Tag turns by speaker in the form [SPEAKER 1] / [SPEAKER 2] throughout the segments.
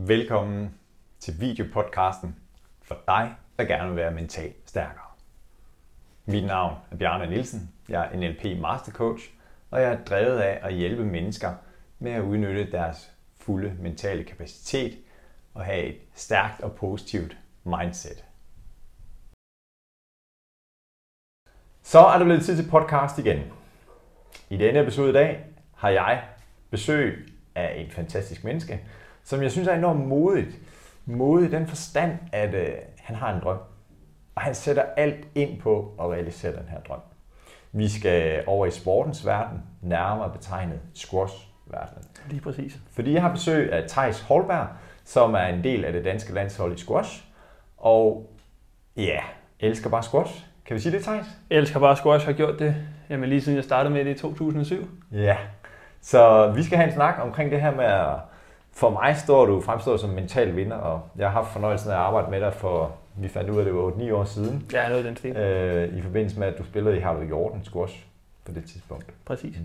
[SPEAKER 1] Velkommen til videopodcasten for dig, der gerne vil være mentalt stærkere. Mit navn er Bjarne Nielsen. Jeg er NLP Mastercoach, og jeg er drevet af at hjælpe mennesker med at udnytte deres fulde mentale kapacitet og have et stærkt og positivt mindset. Så er det blevet tid til podcast igen. I denne episode i dag har jeg besøg af en fantastisk menneske, som jeg synes er enormt modigt. Modig i den forstand, at han har en drøm. Og han sætter alt ind på at realisere den her drøm. Vi skal over i sportens verden, nærmere betegnet squash-verdenen.
[SPEAKER 2] Lige præcis.
[SPEAKER 1] Fordi jeg har besøg af Theis Holberg, som er en del af det danske landshold i squash. Og ja, elsker bare squash. Kan vi sige det, Theis?
[SPEAKER 2] Jeg elsker bare squash, har gjort det lige siden jeg startede med det i 2007.
[SPEAKER 1] Ja, så vi skal have en snak omkring det her med at... For mig fremstår som mental vinder, og jeg har haft fornøjelsen af at arbejde med dig for, vi fandt ud af, det var 8-9 år siden.
[SPEAKER 2] Ja, noget af den stil.
[SPEAKER 1] I forbindelse med, at du spillede i Harvard Jordan squash på det tidspunkt.
[SPEAKER 2] Præcis.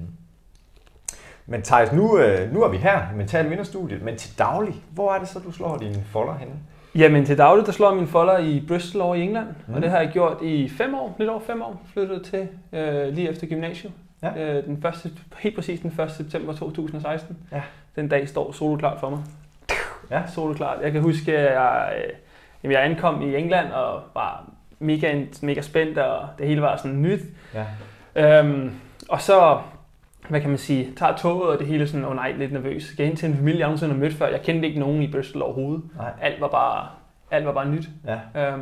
[SPEAKER 1] Men Theis, nu er vi her i Mental Vinderstudiet, men til daglig, hvor er det så, du slår dine folder henne?
[SPEAKER 2] Jamen til daglig, der slår jeg mine folder i Bristol over i England, og det har jeg gjort i 5 år, lidt over 5 år, flyttet til lige efter gymnasiet. Ja. Helt præcis den 1. september 2016. Ja. Den dag står soloklart for mig. Ja. Soloklart. Jeg kan huske, at jeg ankom i England og var mega spændt, og det hele var sådan nyt. Ja. Og så, hvad kan man sige, tager toget, og det hele sådan, lidt nervøs. Jeg hen til en familie, jeg nogensinde har mødt før. Jeg kendte ikke nogen i Bristol overhovedet. Nej. Alt var bare nyt. Ja.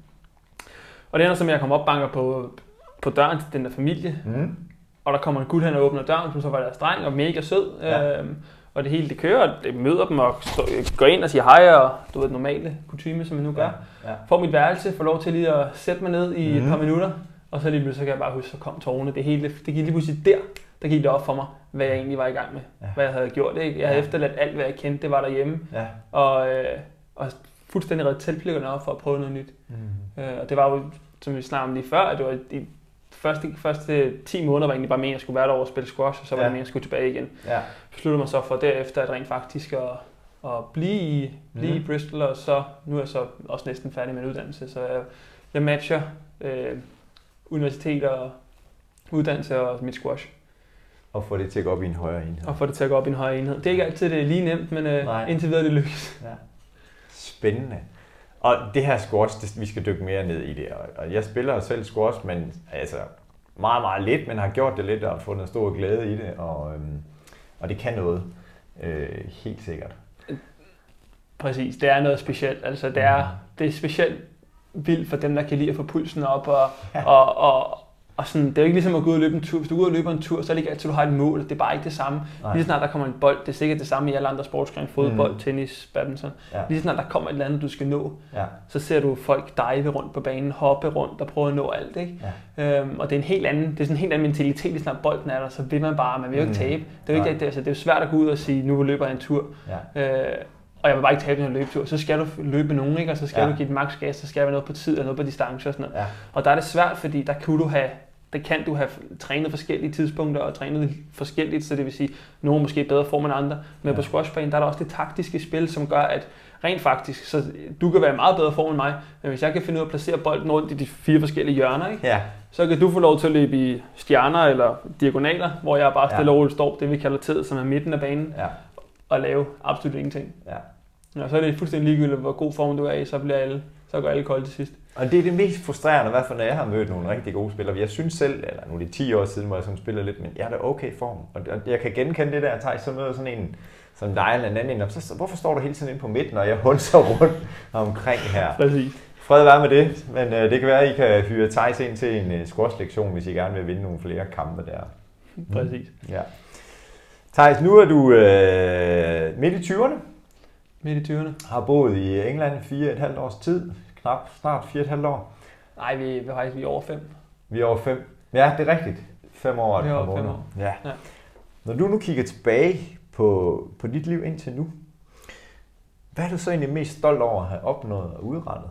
[SPEAKER 2] Og det ender som, jeg kom op og banker på døren til den der familie. Mm. Og der kommer en gut hen og åbner døren, som så var deres dreng og mega sød. Ja. Og det hele det kører, og det møder dem og går ind og siger hej, og du ved, normale kutyme, som jeg nu gør. Ja. Ja. Får mit værelse, får lov til lige at sætte mig ned i et par minutter, og så lige pludselig så kan jeg bare huske, så kom tårerne. Det gik lige pludselig der gik det op for mig, hvad jeg egentlig var i gang med. Ja. Hvad jeg havde gjort. Ikke? Jeg havde efterladt alt, hvad jeg kendte, det var derhjemme. Ja. Og fuldstændig reddet teltplikkerne op for at prøve noget nyt. Og det var jo, som vi snakkede om lige før, at det var første 10 måneder var egentlig bare meningen, at jeg skulle være derovre og spille squash, og så var det meningen, at jeg skulle tilbage igen. Ja. Besluttede mig så for derefter at rent faktisk at blive i Bristol, og så nu er jeg så også næsten færdig med en uddannelse, så jeg matcher universitet og uddannelse og mit squash.
[SPEAKER 1] Og få det til at gå op i en højere enhed. Det er ikke altid det er lige nemt, men indtil videre det lykkes. Ja. Spændende. Og det her squash, vi skal dykke mere ned i det, og jeg spiller selv squash, men altså meget, meget lidt, men har gjort det lidt og fundet en stor glæde i det, og det kan noget, helt sikkert. Præcis, det er noget specielt, altså det er specielt vildt for dem, der kan lide at få pulsen op, og sådan, det er jo ikke ligesom at gå ud og løbe en tur. Hvis du går ud og løber en tur, så er det ikke altid, du har et mål. Det er bare ikke det samme. Nej. Lige snart der kommer en bold, det er sikkert det samme i alle andre sportsgrene. Fodbold, tennis, badminton. Ja. Lige snart der kommer et eller andet, du skal nå, så ser du folk dive rundt på banen, hoppe rundt og prøve at nå alt. Ikke? Ja. Og det er sådan en helt anden mentalitet, lige snart bolden er der, så vil man vil jo ikke tabe. Det er jo ikke det, altså, det er jo svært at gå ud og sige, nu løber jeg en tur. Ja. Og jeg vil bare ikke tabe en løbetur, så skal du løbe nogen, ikke? Og så skal du give et max gas, så skal der være noget på tid og noget på distance og sådan noget. Ja. Og der er det svært, fordi der kan du have trænet forskellige tidspunkter og trænet forskelligt, så det vil sige, nogle måske bedre form end andre. Men på squashbanen, der er der også det taktiske spil, som gør, at rent faktisk, så du kan være i meget bedre form end mig, men hvis jeg kan finde ud af at placere bolden rundt i de 4 forskellige hjørner, ikke? Så kan du få lov til at løbe i stjerner eller diagonaler, hvor jeg bare stille og roligt står, det vi kalder tid, som er midten af banen, og lave absolut ingenting. Ja, så er det fuldstændig ligegyldigt, hvor god form du er i, så går alle kolde til sidst. Og det er det mest frustrerende, i hvert fald når jeg har mødt nogle rigtig gode spillere. Jeg synes selv, eller nu er det 10 år siden, hvor jeg spillede lidt, men jeg er da okay form. Og jeg kan genkende det der, Theis, så møder sådan en som dig eller en anden, og så hvorfor står du hele tiden inde på midten, og jeg hunser rundt omkring her? Præcis. Fred være med det, men det kan være, at I kan hyre Theis ind til en squash-lektion, hvis I gerne vil vinde nogle flere kampe der.
[SPEAKER 2] Præcis.
[SPEAKER 1] Ja. Theis, nu er du midt i 20'erne.
[SPEAKER 2] Midt i 20'erne.
[SPEAKER 1] Har boet i England 4,5 års tid. Snart 4,5 år.
[SPEAKER 2] Nej, vi er over 5.
[SPEAKER 1] Vi er over 5. Ja, det er rigtigt. 5 år og et par måneder. Ja. Når du nu kigger tilbage på dit liv indtil nu, hvad er du så egentlig mest stolt over at have opnået og udrettet?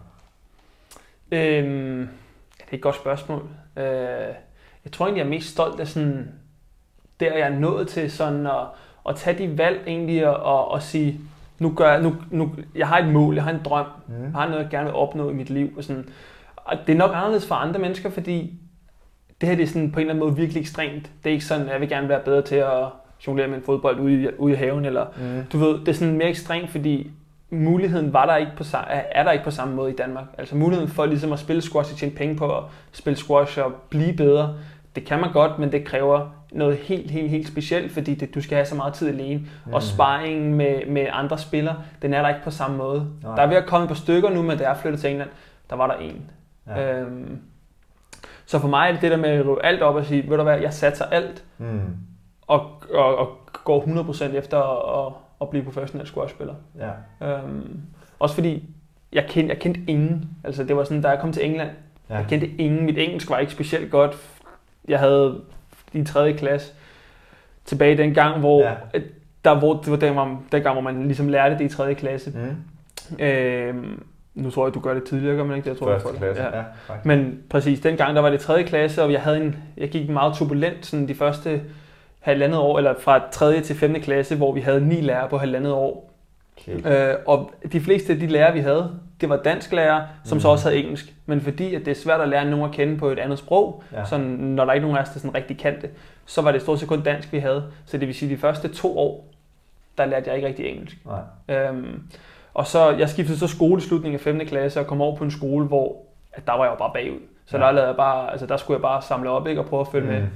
[SPEAKER 2] Det er et godt spørgsmål. Jeg tror egentlig, jeg er mest stolt af sådan, der jeg er nået til sådan at tage de valg egentlig og sige, jeg har et mål, jeg har en drøm, jeg har noget, jeg gerne vil opnå i mit liv. Og sådan. Og det er nok anderledes for andre mennesker, fordi det her det er sådan på en eller anden måde virkelig ekstremt. Det er ikke sådan, at jeg vil gerne være bedre til at jonglere med en fodbold ude i haven. Eller, du ved, det er sådan mere ekstremt, fordi muligheden er der ikke på samme måde i Danmark. Altså muligheden for ligesom at spille squash og tjene penge på at spille squash og blive bedre, det kan man godt, men det kræver noget helt specielt, fordi du skal have så meget tid alene. Og sparringen med andre spillere, den er der ikke på samme måde. Nej. Der er ved at komme på stykker nu, men da jeg flyttede til England, der var der en. Ja. Så for mig er det der med at rive alt op og sige, ved du hvad, jeg satser alt, og går 100% efter at blive professionel squashspiller. Ja. Også fordi jeg kendte ingen. Altså det var sådan, da jeg kom til England, jeg kendte ingen. Mit engelsk var ikke specielt godt. Jeg havde i 3. klasse tilbage dengang, hvor det var dengang, hvor man ligesom lærte det i 3. klasse. Nu tror jeg, du gør det tidligere, gør man ikke det? Jeg tror,
[SPEAKER 1] første klasse, ja.
[SPEAKER 2] Men præcis, dengang der var det 3. klasse, og jeg gik meget turbulent sådan de første halvandet år, eller fra 3. til 5. klasse, hvor vi havde 9 lærere på halvandet år. Okay. Og de fleste af de lærere, vi havde, det var dansklærere, som så også havde engelsk. Men fordi at det er svært at lære nogen at kende på et andet sprog, sådan, når der ikke er nogen af os, der sådan rigtig kendte, så var det stort set kun dansk, vi havde. Så det vil sige, at de første 2 år, der lærte jeg ikke rigtig engelsk. Og så jeg skiftede så skole i slutningen af 5. klasse og kom over på en skole, hvor der var jeg jo bare bagud. Så der lavede jeg bare, altså der skulle jeg bare samle op, ikke, og prøve at følge med.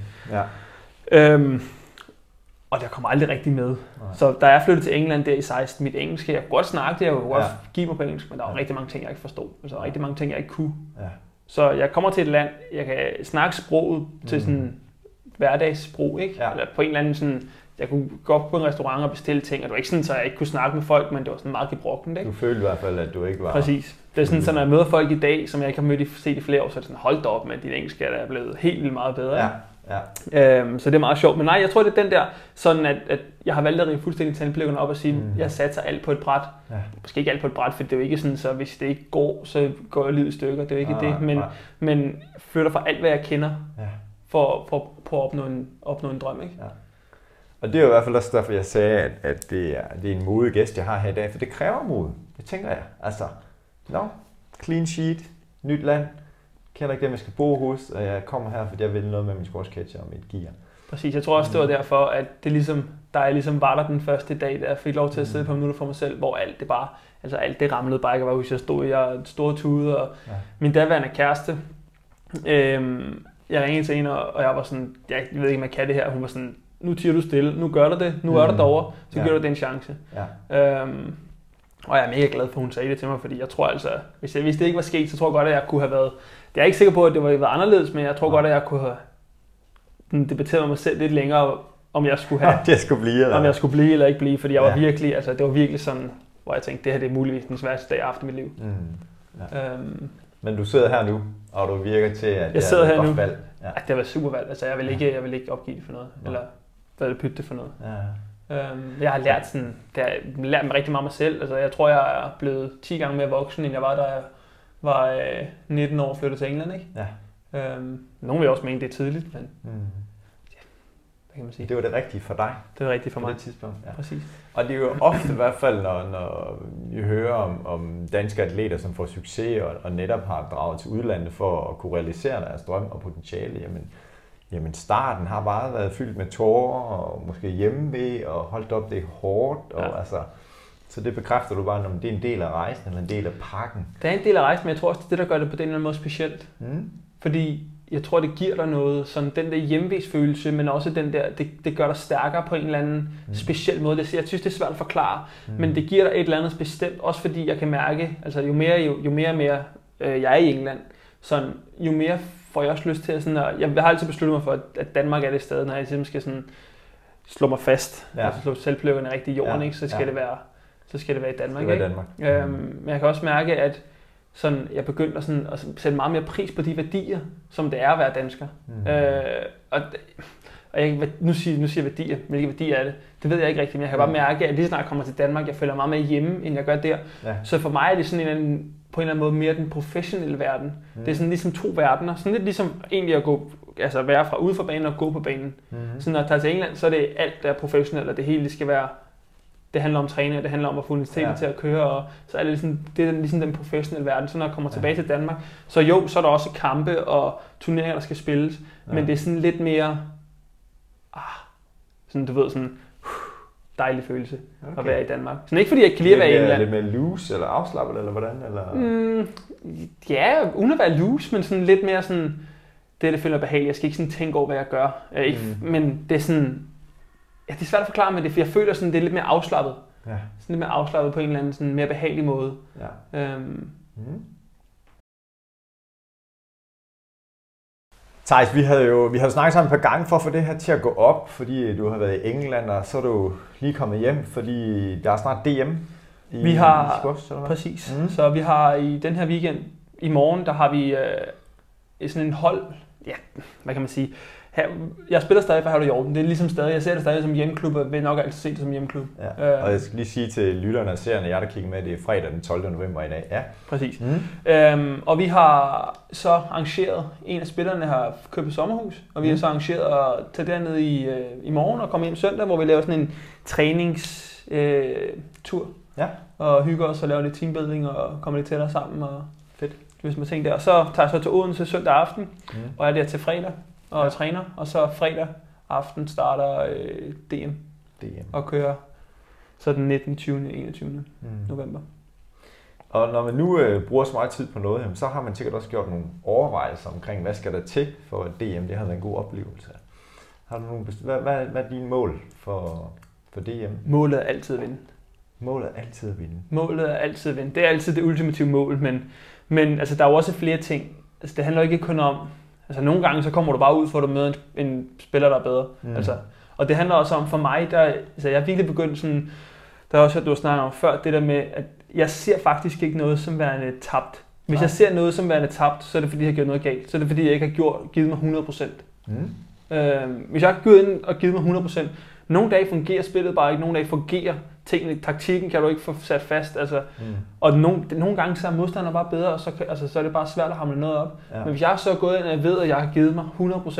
[SPEAKER 2] Og der kom aldrig rigtig med. Så da jeg flyttede til England der i 16, mit engelsk, jeg kunne godt snakke det, jeg kunne godt give mig på engelsk, men der var rigtig mange ting, jeg ikke forstod. Altså rigtig mange ting, jeg ikke kunne. Så jeg kommer til et land, jeg kan snakke sproget til sådan hverdagssprog, ikke? Eller på en eller anden sådan, jeg kunne gå på en restaurant og bestille ting, og det var ikke sådan, så jeg ikke kunne snakke med folk, men det var sådan meget gebrokkent, ikke?
[SPEAKER 1] Du følte i hvert fald, at du ikke var...
[SPEAKER 2] Præcis. Det er sådan, så når jeg møder folk i dag, som jeg ikke har set i flere år, så er det sådan, hold da op med, at dit engelsk er blevet helt vildt meget bedre. Så det er meget sjovt. Men nej, jeg tror, det er den der, sådan at jeg har valgt at rive fuldstændig tandplekkerne op og sige, jeg satser alt på et bræt. Måske ikke alt på et bræt, for det er jo ikke sådan, så hvis det ikke går, så går jeg livet i stykker. Det er jo ikke det, men flytter fra alt, hvad jeg kender, for at opnå en drøm, ikke? Ja.
[SPEAKER 1] Og det er jo i hvert fald også derfor, jeg sagde, at det er en modig gæst, jeg har her i dag, for det kræver mod. Det tænker jeg. Altså, clean sheet, nyt land, kender ikke dem, jeg skal bo hos, og jeg kommer her, fordi jeg vil noget med min squashcatcher og mit gear.
[SPEAKER 2] Præcis, jeg tror også, det var derfor, at det ligesom, da jeg ligesom var der den første dag, der jeg fik lov til at sidde på minutter for mig selv, hvor alt det bare, altså alt det ramlede bare, jeg var huske, jeg stod i store tude, og min daværende kæreste, jeg ringede til hende, og jeg var sådan, jeg ved ikke, om jeg kan det her, og hun var sådan, nu tiger du stille, nu gør du det, nu er du derovre, så giver du det en chance. Og jeg er mega glad for, at hun sagde det til mig, fordi jeg tror altså, hvis det ikke var sket, så tror jeg godt, at jeg kunne have været, det er jeg ikke sikker på, at det var været anderledes, men jeg tror godt, at jeg kunne have debatteret med mig selv lidt længere, om jeg skulle have, om jeg skulle blive eller ikke blive, fordi jeg var virkelig, altså det var virkelig sådan, hvor jeg tænkte, det her det er muligvis den sværeste dag, jeg har haft i mit liv.
[SPEAKER 1] Men du sidder her nu, og du virker til, at
[SPEAKER 2] jeg sidder her nu. Valg. Ja. Det var super valg. Altså jeg vil ikke opgive det for noget, eller pytte det for noget. Jeg har lært sådan, lært mig rigtig meget mig selv. Altså jeg tror, jeg er blevet 10 gange mere voksen, end jeg var, da jeg var 19 år og flyttede til England, ikke? Nogle vil også mene, det er tidligt, men kan man sige.
[SPEAKER 1] Det var det rigtige for dig.
[SPEAKER 2] Det var rigtigt for mig.
[SPEAKER 1] På det tidspunkt. Ja.
[SPEAKER 2] Præcis.
[SPEAKER 1] Og det er jo ofte i hvert fald, når vi hører om danske atleter, som får succes og netop har draget til udlandet for at kunne realisere deres drøm og potentiale, jamen starten har bare været fyldt med tårer og måske hjemmeved og holdt op, det er hårdt. Og altså, så det bekræfter du bare, om det er en del af rejsen eller en del af pakken.
[SPEAKER 2] Det er en del af rejsen, men jeg tror også, det er det, der gør det på den eller anden måde specielt. Fordi jeg tror, det giver dig noget, sådan den der hjemvægsfølelse, men også den der, det gør dig stærkere på en eller anden speciel måde. Jeg synes, det er svært at forklare, men det giver dig et eller andet bestemt, også fordi jeg kan mærke, altså jo mere jeg er i England, sådan, jo mere får jeg også lyst til at sådan, jeg har altid besluttet mig for, at Danmark er det sted, når jeg simpelthen skal sådan slå mig fast, altså slå selvpløkkerne rigtig i jorden, ikke? Så skal det være i Danmark. Men jeg kan også mærke, at sådan, jeg begyndte at sætte meget mere pris på de værdier, som det er at være dansker. Nu siger jeg værdier. Hvilke værdier er det? Det ved jeg ikke rigtigt, men jeg kan bare mærke, at lige snart jeg kommer til Danmark, jeg føler meget mere hjemme, end jeg gør der. Så for mig er det sådan på en eller anden måde mere den professionelle verden. Det er sådan ligesom 2 verdener. Sådan lidt ligesom egentlig at gå, altså være fra ude for banen og gå på banen. Så når jeg tager til England, så er det alt, der er professionelt, og det hele det skal være det handler om træning, det handler om at få universitetet til at køre, og så er det ligesom den professionelle verden. Så når jeg kommer tilbage til Danmark, så jo, så er der også kampe og turneringer, der skal spilles, men det er sådan lidt mere, sådan du ved, sådan dejlig følelse at være i Danmark. Så ikke fordi jeg kan lide at være i England.
[SPEAKER 1] Lidt mere loose eller afslappet, eller hvordan? Eller?
[SPEAKER 2] Ja, uden at være loose, men sådan lidt mere sådan, det føler behageligt. Jeg skal ikke sådan tænke over, hvad jeg gør. Men det er sådan, det er svært at forklare, men det er, for jeg føler sådan, det er lidt mere afslappet. Ja. Sådan lidt mere afslappet på en eller anden sådan mere behagelig måde. Ja.
[SPEAKER 1] Theis, vi havde jo snakket sammen et par gange for at få det her til at gå op, fordi du har været i England, og så er du lige kommet hjem, fordi der er snart DM
[SPEAKER 2] i squash, eller hvad? Præcis. Så vi har i den her weekend, i morgen, der har vi sådan en hold, hvad kan man sige, jeg spiller stadig for Herlev Hjorten. Det er ligesom stadig, jeg ser det stadig som hjemmeklub, og vil nok altid se det som hjemmeklub.
[SPEAKER 1] Ja. Og jeg skal lige sige til lytterne og seerne, jeg der kigger med, det er fredag den 12. november i dag. Ja.
[SPEAKER 2] Præcis. Og vi har så arrangeret, en af spillerne har købt et sommerhus, og vi har så arrangeret at tage derned i morgen og komme hjem søndag, hvor vi laver sådan en træningstur. Og hygger os og laver lidt teambuilding og kommer lidt tættere sammen. Og fedt. Hvis man tænker der. Og så tager jeg så til Odense søndag aften, og er der til fredag. Og træner, og så fredag aften starter DM og kører så den 19., 20., 21. november.
[SPEAKER 1] Og når man nu bruger så meget tid på noget, så har man sikkert også gjort nogle overvejelser omkring, hvad skal der til for at DM det har været en god oplevelse. Har du nogle hvad er dine mål for DM?
[SPEAKER 2] Målet er altid at vinde.
[SPEAKER 1] Målet er altid at vinde?
[SPEAKER 2] Målet er altid at vinde. Det er altid det ultimative mål, men altså, der er jo også flere ting. Altså, det handler ikke kun om. Altså nogle gange så kommer du bare ud for at møde en spiller, der er bedre. Altså, og det handler også om for mig, altså jeg er virkelig begyndt sådan, der er også, at du har snakket om før, det der med, at jeg ser faktisk ikke noget som værende tabt. Hvis jeg ser noget som værende tabt, så er det fordi, jeg har gjort noget galt. Så er det fordi, jeg ikke har givet mig 100%. Hvis jeg har gået ind og givet mig 100%, nogle dage fungerer spillet bare ikke, nogle dage fungerer tingene, taktikken kan du ikke få sat fast, altså, og nogle gange så er modstanderen bare bedre, og så er det bare svært at hamle noget op. Ja. Men hvis jeg så er gået ind og jeg ved, at jeg har givet mig 100%,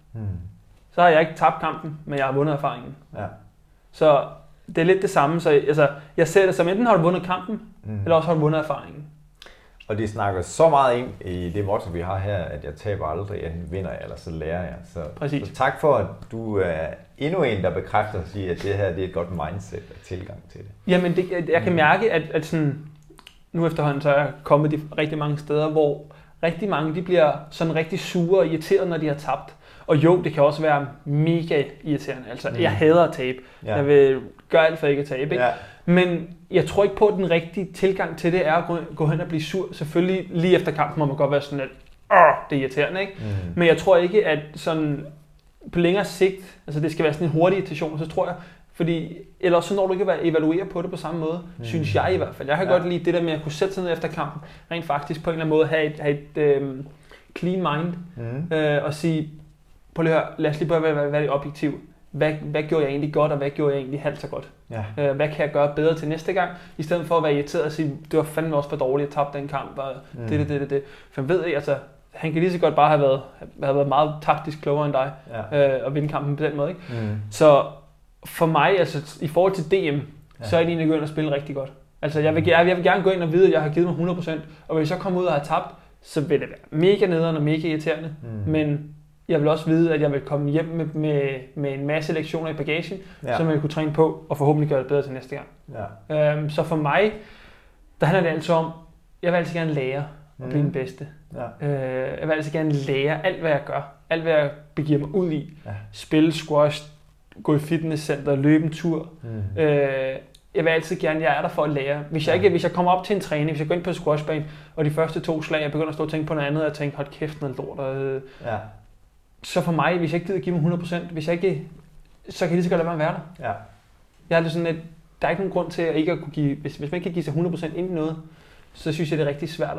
[SPEAKER 2] så har jeg ikke tabt kampen, men jeg har vundet erfaringen. Ja. Så det er lidt det samme, så altså, jeg ser det som enten har du vundet kampen, eller også har du vundet erfaringen.
[SPEAKER 1] Og de snakker så meget ind i det motto, vi har her, at jeg taber aldrig, at vinder jeg, eller så lærer jeg. Så tak for, at du er endnu en, der bekræfter at sige, at det her det er et godt mindset og tilgang til det.
[SPEAKER 2] Jamen, jeg kan mærke, at sådan, nu efterhånden så er jeg kommet de rigtig mange steder, hvor rigtig mange de bliver sådan rigtig sure og irriterede, når de har tabt. Og jo, det kan også være mega irriterende. Altså, jeg hader at tabe. Ja. Jeg vil gøre alt for ikke at tabe. Ikke? Ja. Men jeg tror ikke på, at den rigtige tilgang til det er at gå hen og blive sur. Selvfølgelig lige efter kampen må man godt være sådan lidt, det er irriterende, ikke? Men jeg tror ikke, at sådan på længere sigt, altså det skal være sådan en hurtig irritation, så tror jeg, fordi ellers så når du ikke at evaluere på det på samme måde, synes jeg i hvert fald. Jeg kan godt lide det der med at kunne sætte sig ned efter kampen, rent faktisk på en eller anden måde have et clean mind, og sige, lad os lige prøve at være lidt objektiv. Hvad gjorde jeg egentlig godt, og hvad gjorde jeg egentlig halvt så godt? Ja. Hvad kan jeg gøre bedre til næste gang? I stedet for at være irriteret og sige, det var fandme også for dårligt at tabe den kamp, og det. For jeg ved ikke, altså, han kan lige så godt bare have været meget taktisk klogere end dig, og vinde kampen på den måde. Ikke? Så for mig, altså i forhold til DM, så er det egentlig begyndt at spille rigtig godt. Altså jeg vil gerne gå ind og vide, at jeg har givet mig 100%, og hvis jeg kommer ud og har tabt, så vil det være mega nederen og mega irriterende. Men jeg vil også vide, at jeg vil komme hjem med en masse lektioner i bagagen, som jeg kunne træne på, og forhåbentlig gøre det bedre til næste gang. Ja. Så for mig, der handler det altså om, jeg vil altid gerne lære at blive den bedste. Ja. Jeg vil altid gerne lære alt, hvad jeg gør. Alt, hvad jeg begiver mig ud i. Ja. Spille squash, gå i fitnesscenter, løbe en tur. Jeg vil altid gerne, jeg er der for at lære. Hvis jeg kommer op til en træning, hvis jeg går ind på en squashbane, og de første 2 slag, jeg begynder at stå og tænke på noget andet, og jeg tænker, hold kæft, noget lort. Så for mig, hvis jeg ikke gider give mig 100%, så kan jeg lige så godt lade være der. Ja. Jeg er lidt sådan, at der er ikke nogen grund til at ikke at kunne give, hvis man ikke kan give sig 100% ind i noget, så synes jeg, det er rigtig svært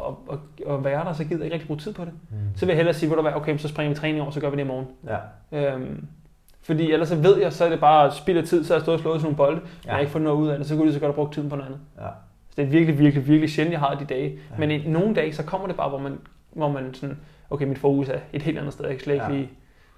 [SPEAKER 2] at være der, så gider jeg ikke rigtig bruge tid på det. Så vil jeg hellere sige, okay, så springer vi træning over, så gør vi det i morgen. Ja. Fordi ellers så ved jeg, så er det bare spild af tid, så har jeg stået og slået sådan nogle bolde, men jeg har ikke fået noget ud af det, så kunne jeg så godt have brugt tiden på noget andet. Ja. Så det er virkelig, virkelig, virkelig sjældent, jeg har de dage. Ja. Men i nogle dage, så kommer det bare, hvor man sådan, okay, mit fokus er et helt andet sted, jeg kan slet ikke lige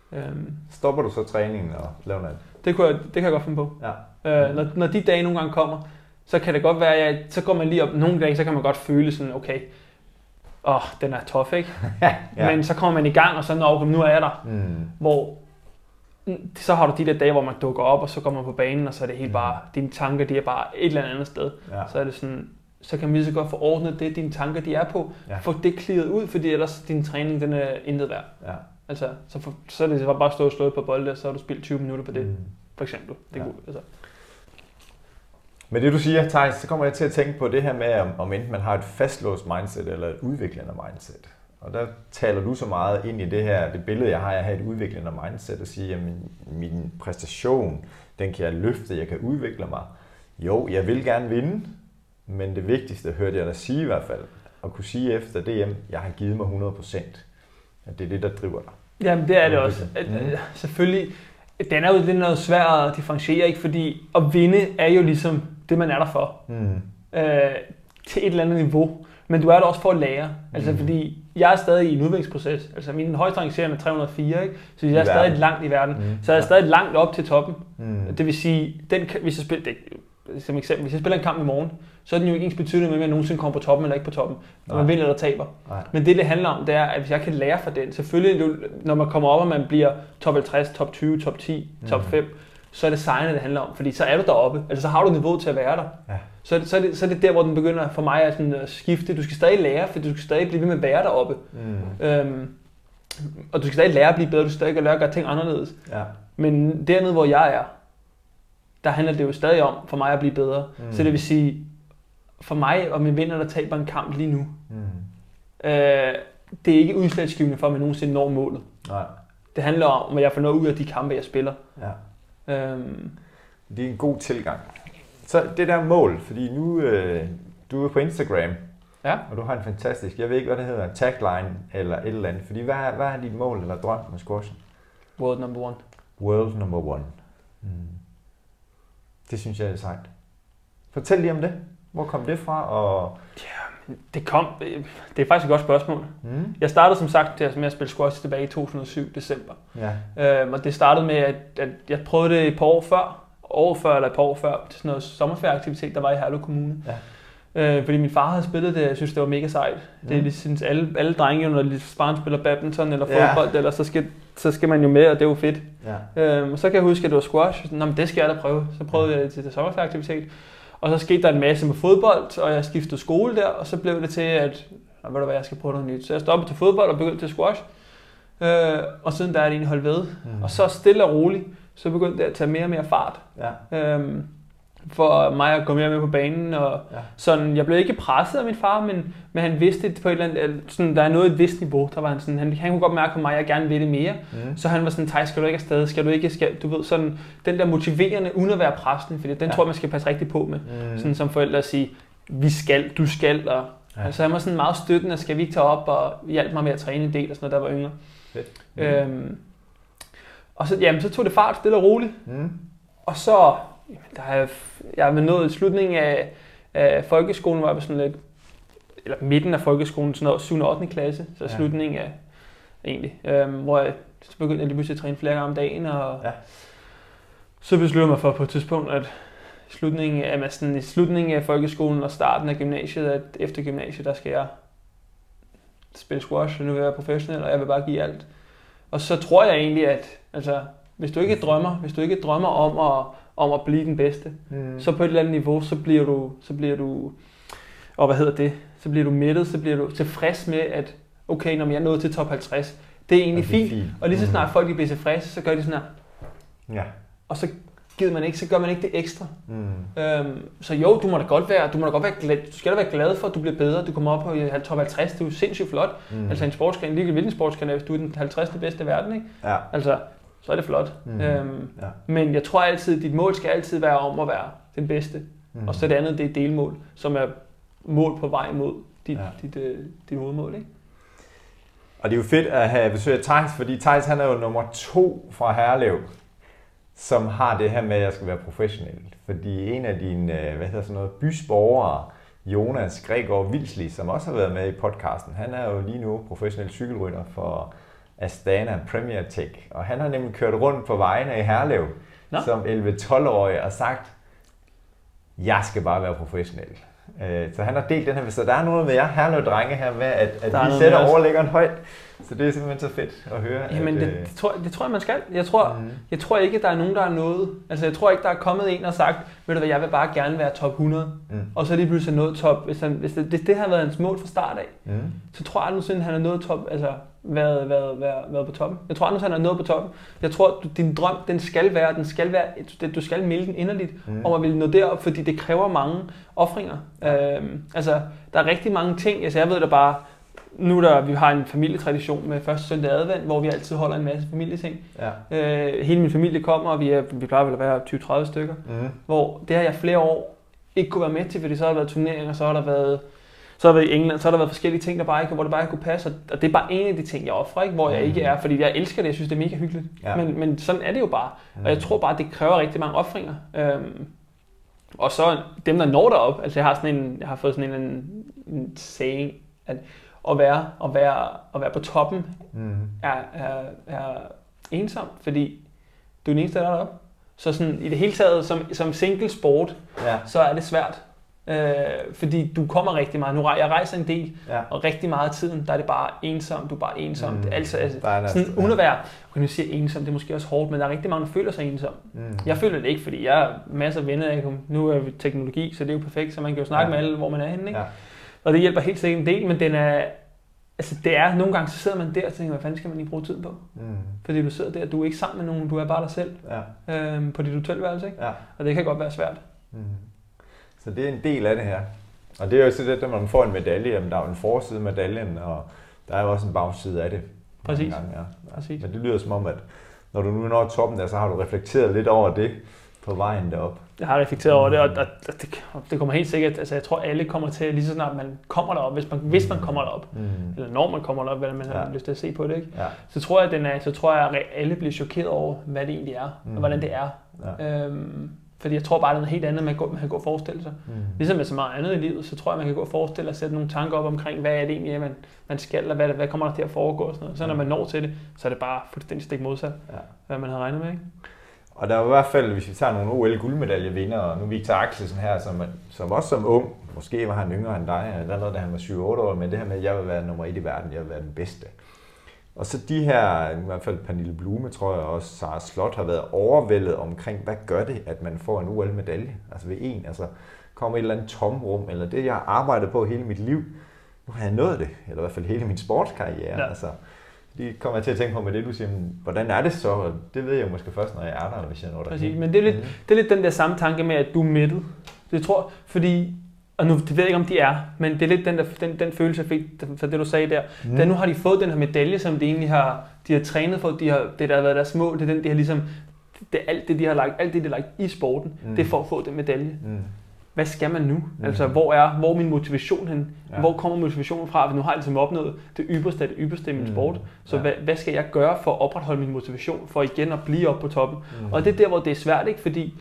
[SPEAKER 1] Stopper du så træningen og laver noget?
[SPEAKER 2] Det kan jeg godt finde på. Ja. Når de dage nogle gange kommer, så kan det godt være, at så går man lige op. Nogle dage, så kan man godt føle sådan, okay, den er tough, ikke? Ja. Men så kommer man i gang, og så nu er jeg der. Hvor så har du de der dage, hvor man dukker op, og så går man på banen, og så er det helt bare, dine tanker, de er bare et eller andet sted. Ja. Så er det sådan, så kan man lige så godt få ordnet det, dine tanker, de er på. Ja. Få det clearet ud, fordi ellers din træning, den er intet værd. Ja. Altså, så er det bare at stå og slå på bolde, og så har du spillet 20 minutter på det, for eksempel. Det er godt, altså.
[SPEAKER 1] Men det du siger, Theis, så kommer jeg til at tænke på det her med, om enten man har et fastlåst mindset eller et udviklende mindset. Og der taler du så meget ind i det billede, jeg har af at have et udviklende mindset, og sige, at min præstation, den kan jeg løfte, jeg kan udvikle mig. Jo, jeg vil gerne vinde, men det vigtigste, hørte jeg dig sige i hvert fald, at kunne sige efter DM, jeg har givet mig 100%. At det er det, der driver dig. Jamen, det er det også.
[SPEAKER 2] Selvfølgelig, den er jo lidt noget svært at differentiere, ikke? Fordi at vinde er jo ligesom det, man er der for. Til et eller andet niveau. Men du er der også for at lære. Altså, fordi jeg er stadig i en udviklingsproces. Altså, min højeste rangering er 304, ikke? Så jeg er stadig langt i verden. Så jeg er stadig langt op til toppen. Det vil sige, hvis jeg spiller, som eksempel, hvis jeg spiller en kamp i morgen, så er den jo ikke ens betydning med, at jeg nogensinde kommer på toppen eller ikke på toppen. Når man vinder eller taber. Nej. Men det handler om, det er, at hvis jeg kan lære fra den, selvfølgelig, når man kommer op, og man bliver top 50, top 20, top 10, top 5, så er det sejrene, det handler om. Fordi så er du deroppe. Altså, så har du niveauet til at være der. Ja. Så er det der, hvor den begynder for mig at skifte. Du skal stadig lære, for du skal stadig blive ved med at være deroppe. Og du skal stadig lære at blive bedre. Du skal stadig lære at gøre ting anderledes. Ja. Men dernede, hvor jeg er, der handler det jo stadig om for mig at blive bedre. Så det vil sige, for mig og min vinder, der taber en kamp lige nu, det er ikke udslagsgivende for, at man nogensinde når målet. Nej. Det handler om, at jeg får noget ud af de kampe, jeg spiller. Ja.
[SPEAKER 1] Det er en god tilgang. Så det der mål, fordi nu du er på Instagram, og du har en fantastisk, jeg ved ikke, hvad det hedder, tagline eller et eller andet. Fordi hvad er dit mål eller drøm med squashen?
[SPEAKER 2] World number one.
[SPEAKER 1] World number one. Det synes jeg er sejt. Fortæl lige om det. Hvor kom det fra? Og
[SPEAKER 2] det er faktisk et godt spørgsmål. Jeg startede som sagt med at spille squash tilbage i 2007, december. Ja. Og det startede med, at jeg prøvede det et par år før, til sådan noget sommerferieaktivitet, der var i Herlev Kommune. Ja. Fordi min far havde spillet det, jeg synes, det var mega sejt. Det er ligesom alle drenge, når de spiller badminton eller fodbold, eller så skal man jo med, og det er jo fedt. Ja. Og så kan jeg huske, at det var squash. Men det skal jeg da prøve. Så prøvede jeg det til sommerferieaktivitet. Og så skete der en masse med fodbold, og jeg skiftede skole der, og så blev det til, at jeg skal prøve noget nyt. Så jeg stoppede til fodbold og begyndte til squash. Og siden der er det egentlig holdt ved. Og så stille og roligt, så begyndte det at tage mere og mere fart. Ja. For mig at gå mere med på banen. Og sådan, jeg blev ikke presset af min far, men han vidste det på et eller andet, sådan, der er noget et vist niveau. Der var han sådan, han kunne godt mærke på mig, at jeg gerne vil det mere. Så han var sådan, Theis, skal du ikke afsted? Du ved, sådan, den der motiverende, uden at være præsten, fordi den tror jeg, man skal passe rigtig på med. Sådan som forældre at sige, du skal. Og, altså han var sådan meget støttende, skal vi ikke tage op og hjælpe mig med at træne en del og sådan noget, der var yngre. Og så tog det fart, stille og roligt. Og så, jeg er nået i slutningen af folkeskolen, var jeg sådan lidt, eller midten af folkeskolen, sådan noget 7. og 8. klasse, så slutningen af egentlig, hvor jeg så begyndte lige pludselig at træne flere gange om dagen, og så besluttede jeg mig for på et tidspunkt, at i slutningen af folkeskolen og starten af gymnasiet, at efter gymnasiet, der skal jeg spille squash, og nu vil jeg være professionel, og jeg vil bare give alt. Og så tror jeg egentlig, at altså, hvis du ikke drømmer om at blive den bedste, så på et eller andet niveau, så bliver du så bliver du mættet, så bliver du tilfreds med, at okay, når jeg er nået til top 50, det er egentlig fint. Og lige så snart folk bliver tilfredse, så gør de sådan her. Ja. Og så gør man ikke det ekstra. Så jo, du må da godt være glad, du skal da være glad for, at du bliver bedre, du kommer op på top 50, det er jo sindssygt flot. Altså en sportsgren, lige hvilken sportsgren, hvis du er den 50. bedste i verden, ikke? Ja. Altså, så er det flot. Men jeg tror altid, at dit mål skal altid være om at være den bedste. Og så det andet, det er delmål, som er mål på vej mod dit hovedmål, ikke?
[SPEAKER 1] Og det er jo fedt at have besøg af Theis, fordi Theis han er jo nummer 2 fra Herlev, som har det her med, at jeg skal være professionel. Fordi en af dine, bysborgere, Jonas Gregor Vilsli, som også har været med i podcasten, han er jo lige nu professionel cykelrytter for Astana Premier Tech, og han har nemlig kørt rundt på vejene i Herlev som 11-12-årig og sagt, jeg skal bare være professionel. Så han har delt den her, så der er noget med jer Herlev-drenge her med, at vi sætter overlæggeren højt. Så det er simpelthen så fedt at høre.
[SPEAKER 2] Jamen det tror jeg, man skal. Jeg tror ikke, der er nogen, der er nået. Altså jeg tror ikke, der er kommet en og sagt, ved du hvad, jeg vil bare gerne være top 100. Og så er lige pludselig nået top. Hvis det har været hans mål fra start af, så tror jeg aldrig, han er nået top, altså været på toppen. Jeg tror aldrig, han er nået på toppen. Jeg tror, din drøm, den skal være, du skal melde den inderligt, om at ville nå derop, fordi det kræver mange ofringer. Altså, der er rigtig mange ting. Altså, jeg ved da bare, nu vi har en familietradition med første søndag advent, hvor vi altid holder en masse familieting. Hele min familie kommer, og vi plejer vel at være 20-30 stykker, hvor det har jeg flere år ikke kunne være med til, fordi så har der været turneringer, så har der været i England, så har der været forskellige ting, hvor det bare ikke kunne passe, og det er bare en af de ting, jeg offrer, ikke? Hvor jeg ikke er, fordi jeg elsker det, jeg synes, det er mega hyggeligt. Men sådan er det jo bare, og jeg tror bare, det kræver rigtig mange offringer. Og så dem, der når derop, altså jeg har fået sådan en saying, at at være på toppen er ensom, fordi du er den eneste, der er deroppe. Så sådan, i det hele taget, som single sport, så er det svært. Fordi du kommer rigtig meget. Jeg rejser en del, og rigtig meget af tiden, der er det bare ensom. Du er bare ensom. Det er altså sådan, uden at være, kan du sige ensom, det er måske også hårdt, men der er rigtig mange, der føler sig ensom. Jeg føler det ikke, fordi jeg har masser af venner. Nu er vi teknologi, så det er jo perfekt, så man kan jo snakke med alle, hvor man er henne. Ikke? Og det hjælper helt sikkert en del, men det er nogle gange, så sidder man der og tænker, hvad fanden skal man lige bruge tid på? Fordi du sidder der, du er ikke sammen med nogen, du er bare dig selv på dit hotelværelse, ikke? Og det kan godt være svært.
[SPEAKER 1] Så det er en del af det her. Og det er jo så det, at man får en medalje, jamen, der er jo en forside af medaljen, og der er jo også en bagside af det.
[SPEAKER 2] Præcis.
[SPEAKER 1] Præcis. Men det lyder som om, at når du nu når toppen der, så har du reflekteret lidt over det på vejen derop.
[SPEAKER 2] Jeg har reflekteret over det, og det kommer helt sikkert, altså jeg tror alle kommer til, lige så snart man kommer derop, hvis man kommer derop, eller når man kommer derop, hvad man har lyst til at se på det, ikke? Så tror jeg, at alle bliver chokeret over, hvad det egentlig er, og hvordan det er. Fordi jeg tror bare, det er noget helt andet, man kan gå og forestille sig. Ligesom med så meget andet i livet, så tror jeg, man kan gå og forestille sig at sætte nogle tanker op omkring, hvad er det egentlig, man skal, og hvad kommer der til at foregå og sådan noget. Så når man når til det, så er det bare fuldstændig stik modsat, hvad man havde regnet med, ikke?
[SPEAKER 1] Og der er i hvert fald, hvis vi tager nogle OL-guldmedaljevinder, og nu Victor Axelsen her, som også som ung, måske var han yngre end dig, eller da han var 7-8 år, men det her med, at jeg vil være nummer 1 i verden, jeg vil være den bedste. Og så de her, i hvert fald Pernille Blume, tror jeg også, Sara Slot har været overvældet omkring, hvad gør det, at man får en OL-medalje? Altså ved en, altså kommer et eller andet tomrum, eller det, jeg har arbejdet på hele mit liv, nu har jeg nået det, eller i hvert fald hele min sportskarriere. Altså, det kommer jeg til at tænke på med det, du siger, hvordan er det så? Det ved jeg måske først, når jeg er der, hvis jeg når der.
[SPEAKER 2] Præcis, men det er lidt den der samme tanke med, at du er mættet. Det tror jeg, fordi, og nu det ved jeg ikke, om de er, men det er lidt den følelse, jeg fik for det, du sagde der. Da nu har de fået den her medalje, som de egentlig har trænet for, det der har været deres mål, det er den, de har ligesom, det er alt det, de har lagt i sporten, det er for at få den medalje. Hvad skal man nu? Altså, hvor er min motivation hen? Hvor kommer motivationen fra? Nu har jeg ligesom opnået det ypperste i min sport. Så hvad skal jeg gøre for at opretholde min motivation, for igen at blive oppe på toppen? Og det er der, hvor det er svært, ikke? Fordi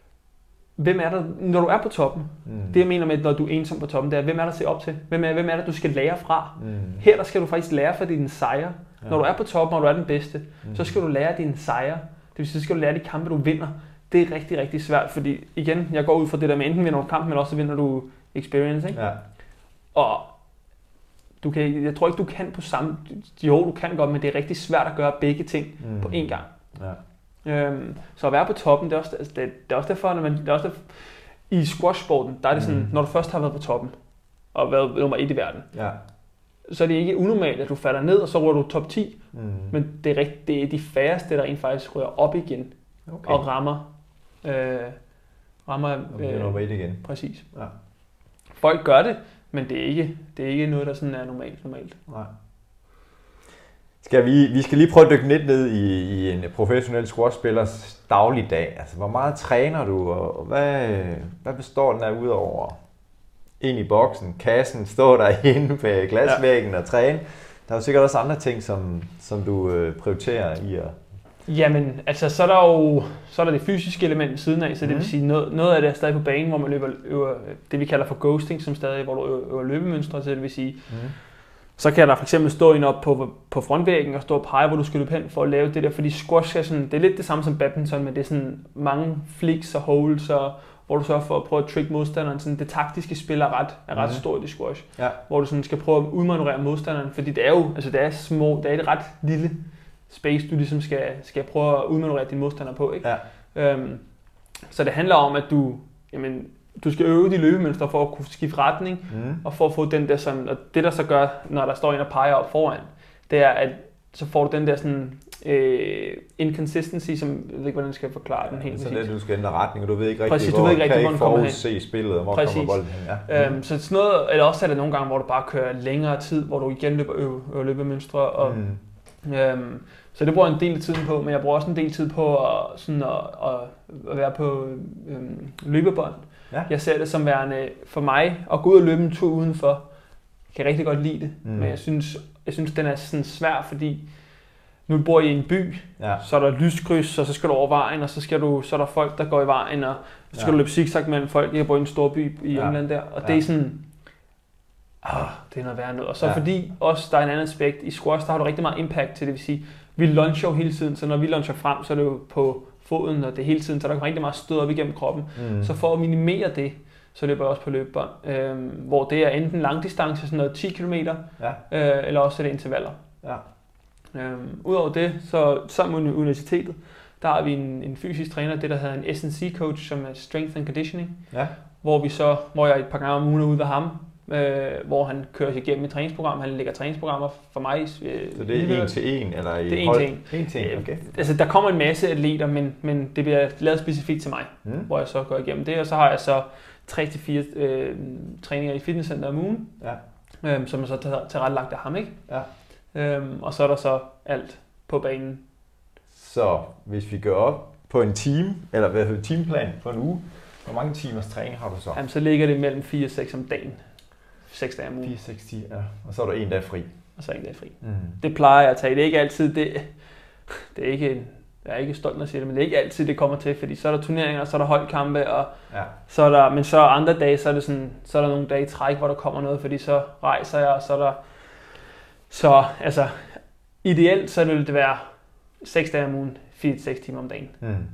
[SPEAKER 2] hvem er der, når du er på toppen? Det jeg mener med, når du er ensom på toppen, det er, hvem er der at se op til? Hvem er der, du skal lære fra? Her der skal du faktisk lære fra dine sejre. Når du er på toppen, og du er den bedste, så skal du lære dine sejre. Det vil sige, så skal du lære de kampe, du vinder. Det er rigtig, rigtig svært, fordi igen, jeg går ud fra det der med, enten vinder du kampen, men også vinder du experience, ikke? Og jeg tror ikke, du kan på samme. Jo, du kan godt, men det er rigtig svært at gøre begge ting på én gang. Så at være på toppen, det er også derfor, i squashsporten, der er det sådan, når du først har været på toppen, og været nummer 1 i verden, så er det ikke unormalt, at du falder ned, og så rører du top 10. Men det er de færreste, der rent faktisk rører op igen, og rammer
[SPEAKER 1] nummer 1 igen.
[SPEAKER 2] Præcis. Folk gør det, men det er ikke noget, der sådan er normalt.
[SPEAKER 1] Nej. Vi skal lige prøve at dykke lidt ned i en professionel squashspillers dagligdag. Altså, hvor meget træner du, og hvad består den af udover ind i boksen, kassen, stå derinde på glasvæggen og træne? Der er jo sikkert også andre ting, som du prioriterer i at...
[SPEAKER 2] Jamen, altså så er der det fysiske element ved siden af, så det vil sige, noget af det er stadig på banen, hvor man øver det vi kalder for ghosting, som stadig, hvor du øver løbemønstre, så det vil sige, Så kan der for eksempel stå en op på frontvæggen og stå og pege, hvor du skal løbe hen for at lave det der. Fordi squash er sådan, det er lidt det samme som badminton, men det er sådan mange flicks og holds, og hvor du sørger for at prøve at trick modstanderen. Sådan, det taktiske spil er ret stort i squash. Ja. Hvor du sådan skal prøve at udmanøvrere modstanderen. Fordi det er jo, altså det er små, det er et ret lille space, du ligesom skal prøve at udmanøvrere din modstander på. Ikke? Ja. Så det handler om, at du skal øve de løbemønstre for at kunne skifte retning, og for at få den der sådan, og det der så gør, når der står en og peger op foran, det er, at så får du den der sådan inconsistency, som jeg ved ikke, hvordan jeg skal forklare den helt.
[SPEAKER 1] Så det du skal ændre retning, og du ved ikke rigtig,
[SPEAKER 2] præcis, hvor den kommer hen.
[SPEAKER 1] Se spillet, og hvor kommer bolden hen.
[SPEAKER 2] Så sådan noget, eller også er der nogle gange, hvor du bare kører længere tid, hvor du igen løber løbemønstre, og så det bruger jeg en del af tiden på, men jeg bruger også en del tid på at være på løbebånd. Ja. Jeg ser det som værende for mig at gå ud og løbe en tur udenfor. Jeg kan rigtig godt lide det, men jeg synes den er sådan svær, fordi nu bor jeg i en by, så er der lyskryds, og så skal du over vejen, og så er der folk, der går i vejen, og så skal du løbe zigzag mellem folk. Jeg bor i en stor by i England der, og det er sådan, det er noget værre noget. Og så fordi også der er en anden aspekt i squash, der har du rigtig meget impact til det, vil sige, vi launcher jo hele tiden, så når vi launcher frem, så er det jo på foden, og det hele tiden, så der kommer rigtig meget stød op igennem kroppen. Så for at minimere det, så løber jeg også på løbebånd, hvor det er enten langdistance, sådan noget 10 km, eller også er det intervaller. Ja. Udover det, så sammen med universitetet, der har vi en fysisk træner, det der hedder en S&C coach, som er Strength and Conditioning, hvor jeg et par gange om ugen er ude ved ham, hvor han kører sig igennem et træningsprogram. Han lægger træningsprogrammer for mig.
[SPEAKER 1] Så det er en til en, eller
[SPEAKER 2] det er en til en. Okay. Altså, der kommer en masse atleter, men det bliver lavet specifikt til mig, hvor jeg så går igennem det. Og så har jeg så 3-4 træninger i fitnesscenter om ugen, som er så tilrettelagt af ham, ikke? Ja. Og så er der så alt på banen.
[SPEAKER 1] Så hvis vi går op på en time, eller hvad hedder timeplan på en uge, hvor mange timers træning har du så?
[SPEAKER 2] Jamen, så ligger det mellem 4 og 6 om dagen. 6 dage om ugen.
[SPEAKER 1] 4-6 timer, ja. Og så er der en dag fri.
[SPEAKER 2] Og så en dag fri. Det plejer jeg at tage. Det er ikke altid, det er ikke, jeg er ikke stolt når jeg siger det, men det er ikke altid, det kommer til, fordi så er der turneringer, så er der holdkampe, og så er der, men så andre dage, så er det sådan, så er der nogle dage i træk, hvor der kommer noget, fordi så rejser jeg, og så er der, så altså, ideelt, så vil det være 6 dage om ugen, 4-6 timer om dagen.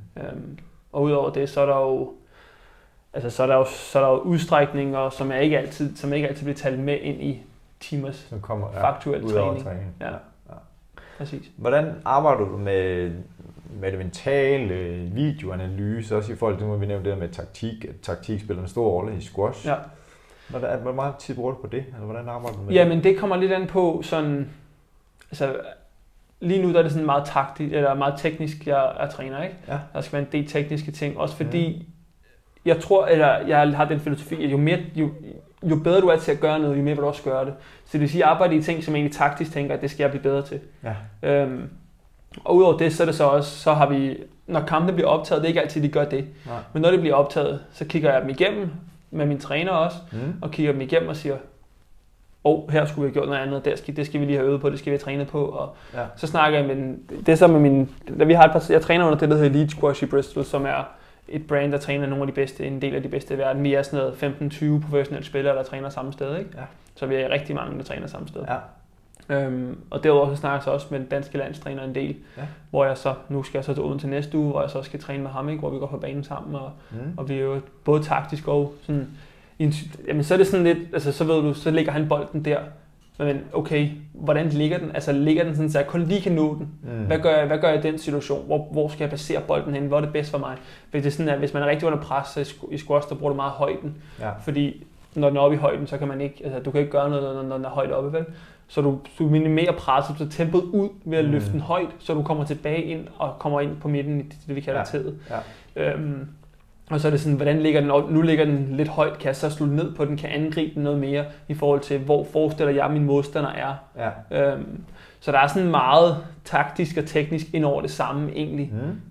[SPEAKER 2] Og udover det, så er der jo, altså, så er der jo udstrækninger, som ikke altid bliver talt med ind i timers faktuel træning. Ja. Præcis.
[SPEAKER 1] Hvordan arbejder du med det mentale, videoanalyse, også i forhold til, nu har vi nævnt det der med taktik. Taktik spiller en stor rolle i squash. Ja. Hvor meget tid bruger du på det? Eller hvordan arbejder du med det?
[SPEAKER 2] Jamen, det kommer lidt an på sådan, altså, lige nu der er det sådan meget teknisk, jeg er træner, ikke? Ja. Der skal være en del tekniske ting, også fordi jeg tror, eller jeg har den filosofi, at jo bedre du er til at gøre noget, jo mere vil du også gøre det. Så det vil sige, at jeg arbejder i ting, som egentlig taktisk tænker, at det skal jeg blive bedre til. Ja. Og udover det, så er det så også, så har vi, når kampene bliver optaget, det er ikke altid, de gør det. Nej. Men når det bliver optaget, så kigger jeg dem igennem med min træner også, og kigger dem igennem og siger, her skulle vi have gjort noget andet, det skal vi lige have øvet på, det skal vi have trænet på. Og så snakker jeg med det er så med min, jeg træner under det, der hedder Elite Squash i Bristol, som er et brand, der træner nogle af de bedste, en del af de bedste i verden. Vi er sådan noget 15-20 professionelle spillere, der træner samme sted, ikke? Ja. Så vi er rigtig mange, der træner samme sted. Ja. Og derudover så snakker jeg også med den danske landstræner en del, hvor jeg så, nu skal jeg så til Odense næste uge, hvor jeg så skal træne med ham, ikke? Hvor vi går på banen sammen, og vi er jo både taktisk og sådan, jamen så er det sådan lidt, altså så ved du, så ligger han bolden der, men okay, hvordan ligger den? Altså ligger den sådan, så jeg kun lige kan nå den? Hvad gør jeg i den situation? Hvor skal jeg basere bolden hen? Hvor er det bedst for mig? Fordi det er sådan, at hvis man er rigtig under pres så i squash, der bruger du meget højden. Ja. Fordi når den er oppe i højden, så kan man ikke, altså du kan ikke gøre noget, når den er højt oppe, vel? Så du minimerer presset, så tempoet ud ved at løfte den højt, så du kommer tilbage ind og kommer ind på midten i det, vi kalder tædet. Ja. Og så er det sådan, hvordan ligger den? Nu ligger den lidt højt, kan jeg så slå ned på den, kan angribe den noget mere i forhold til, hvor forestiller jeg, min modstander er. Ja. Så der er sådan meget taktisk og teknisk ind over det samme egentlig.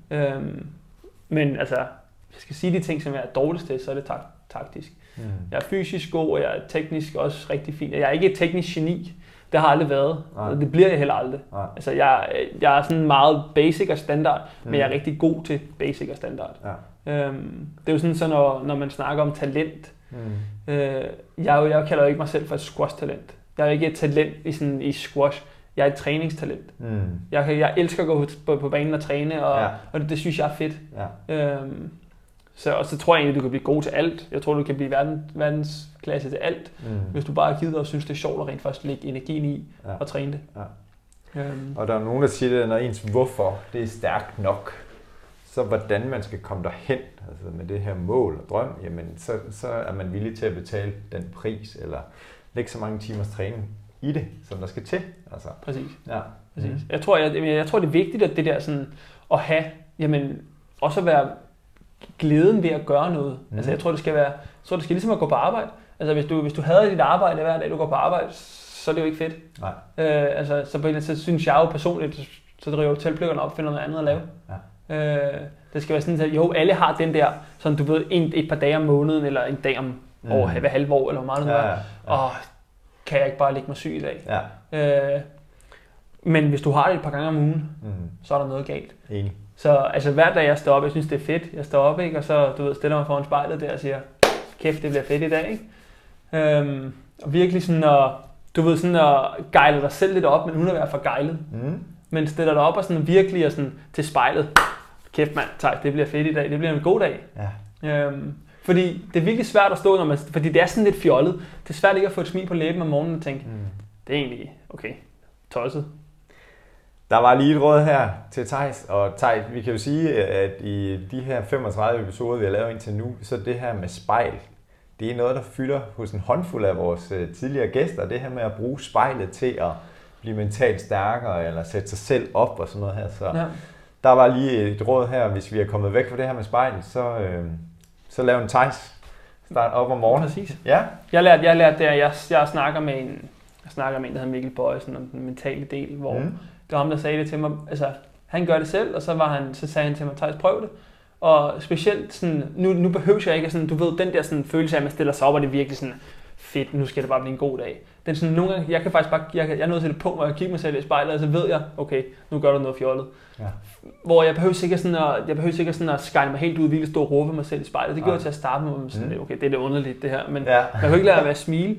[SPEAKER 2] Men altså, jeg skal sige de ting, som jeg er dårligst til, så er det taktisk. Jeg er fysisk god, og jeg er teknisk også rigtig fin. Jeg er ikke et teknisk geni. Det har aldrig været. Det bliver jeg heller aldrig. Altså, jeg er sådan meget basic og standard, men jeg er rigtig god til basic og standard. Ja. Det er jo sådan, så når man snakker om talent, jeg kalder jo ikke mig selv for et squash-talent. Jeg er ikke et talent i squash. Jeg er et træningstalent. Jeg elsker at gå på banen og træne, og det synes jeg er fedt. Ja. Så tror jeg egentlig, du kan blive god til alt. Jeg tror, du kan blive verdensklasse til alt, hvis du bare gider og synes, det er sjovt at rent faktisk lægge energien i og træne det.
[SPEAKER 1] Ja. Og der er nogen, der siger, at når ens hvorfor det er stærkt nok, så hvordan man skal komme derhen, altså med det her mål og drøm, jamen så er man villig til at betale den pris, eller lægge så mange timers træning i det, som der skal til. Altså.
[SPEAKER 2] Præcis. Ja. Præcis. Jeg tror, det er vigtigt, at det der sådan, at have, jamen, også at være glæden ved at gøre noget. Altså jeg tror, det skal ligesom at gå på arbejde. Altså hvis du hader dit arbejde hver dag, du går på arbejde, så er det jo ikke fedt. Nej. Så på en så synes jeg jo personligt, så driver hotelpløkkerne op og finder noget andet at lave. Ja. Det skal være sådan, at jo, alle har den der, sådan du ved, et par dage om måneden, eller en dag om hver halve år, eller hvor meget det er. Og kan jeg ikke bare ligge mig syg i dag? Ja. Men hvis du har det et par gange om ugen, så er der noget galt. Enig. Så altså hver dag jeg står op, jeg synes det er fedt, jeg står op, ikke? Og så du ved, stiller mig foran spejlet der og siger, kæft, det bliver fedt i dag, ikke? Og virkelig sådan at gejle dig selv lidt op, men uden at være for gejlet. Men stiller dig op og sådan virkelig og sådan til spejlet, kæft mand, det bliver fedt i dag, det bliver en god dag. Ja. Fordi det er virkelig svært at stå, fordi det er sådan lidt fjollet. Det er svært ikke at få et smil på læben om morgenen og tænke, det er egentlig okay, tosset.
[SPEAKER 1] Der var lige et råd her til Theis, og Theis, vi kan jo sige, at i de her 35 episoder, vi har lavet indtil nu, så det her med spejl, det er noget, der fylder hos en håndfuld af vores tidligere gæster. Det her med at bruge spejlet til at blive mentalt stærkere, eller sætte sig selv op og sådan noget her. Så der var lige et råd her, hvis vi er kommet væk fra det her med spejl, så lav en Theis. Start op om morgenen.
[SPEAKER 2] Præcis. Ja. Jeg lærte det, at jeg snakker med en, der hedder Mikkel Bøjsen, om den mentale del, hvor det var ham, der sagde det til mig. Altså, han gør det selv, og så sagde han til mig, Theis, prøv det. Og specielt sådan, nu behøver jeg ikke sådan, du ved, den der sådan følelse af, at man stiller sig op, og det er virkelig sådan, fedt, nu skal det bare blive en god dag. Den sådan, nogle gange, jeg kan faktisk bare, jeg er nødt til et punkt, hvor jeg kigger mig selv i spejlet, og så ved jeg, okay, nu gør du noget fjollet. Ja. Hvor jeg behøver sikkert sådan at skælde mig helt ud, virkelig stå og råbe mig selv i spejlet. Det gjorde jeg til at starte med, sådan, okay, det er lidt underligt det her, men man kan ikke lade være at smile.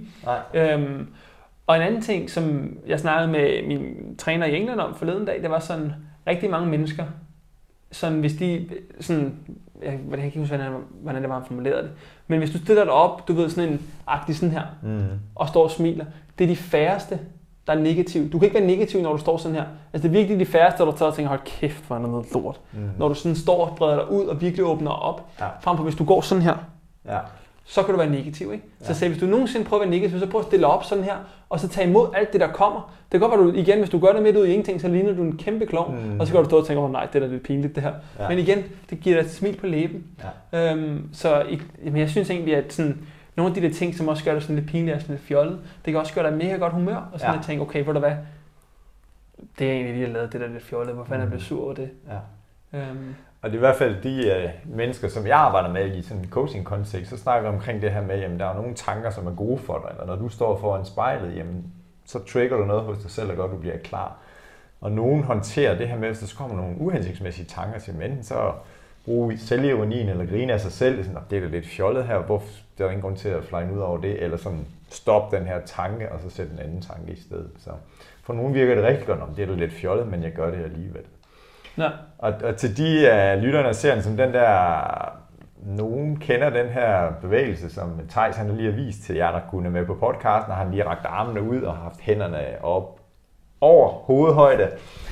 [SPEAKER 2] Og en anden ting, som jeg snakkede med min træner i England om forleden dag, det var sådan, rigtig mange mennesker, sådan hvis de, sådan, jeg kan ikke huske, hvordan det var, han formulerede det, men hvis du stiller dig op, du ved, sådan en agtig sådan her, og står og smiler, det er de færreste, der er negativ. Du kan ikke være negativ, når du står sådan her. Altså det er virkelig de færreste, der tager og tænker, hold kæft, hvor er noget lort. Når du sådan står og breder dig ud og virkelig åbner op, frem for hvis du går sådan her, så kan du være negativ, ikke? Så selv hvis du nogensinde prøver at være negativ, så prøv at stille op sådan her, og så tage imod alt det, der kommer. Det kan godt være, du igen, hvis du gør det midt ud i ingenting, så ligner du en kæmpe klovn, og så kan du stå og tænke, nej, det er da lidt pinligt det her. Ja. Men igen, det giver dig et smil på læben. Ja. Men jeg synes egentlig, at sådan, nogle af de der ting, som også gør dig sådan lidt pinligt og sådan lidt fjollet, det kan også gøre dig mega godt humør, og sådan at tænke, okay, ved du hvad, det er egentlig lige at lave det der lidt fjollet, hvor fanden er blevet sur over det. Ja.
[SPEAKER 1] Og det er i hvert fald de mennesker, som jeg arbejder med i sådan en coaching-kontekst, så snakker vi omkring det her med, jamen der er nogle tanker, som er gode for dig, eller når du står foran spejlet, jamen så trigger du noget hos dig selv, og godt du bliver klar. Og nogen håndterer det her med, hvis der kommer nogle uhensigtsmæssige tanker til enten så bruge selvironien eller grine af sig selv, sådan, det er da lidt fjollet her, hvorfor der er ingen grund til at flyne ud over det, eller sådan stoppe den her tanke, og så sætte en anden tanke i stedet. Så for nogen virker det rigtig godt, om det er da lidt fjollet, men jeg gør det alligevel. Ja. Og til de lytterne af serien, som den der, nogen kender den her bevægelse, som Theis han lige har vist til jer, der kunne med på podcasten, og han lige rakt armene ud og haft hænderne op over hovedhøjde,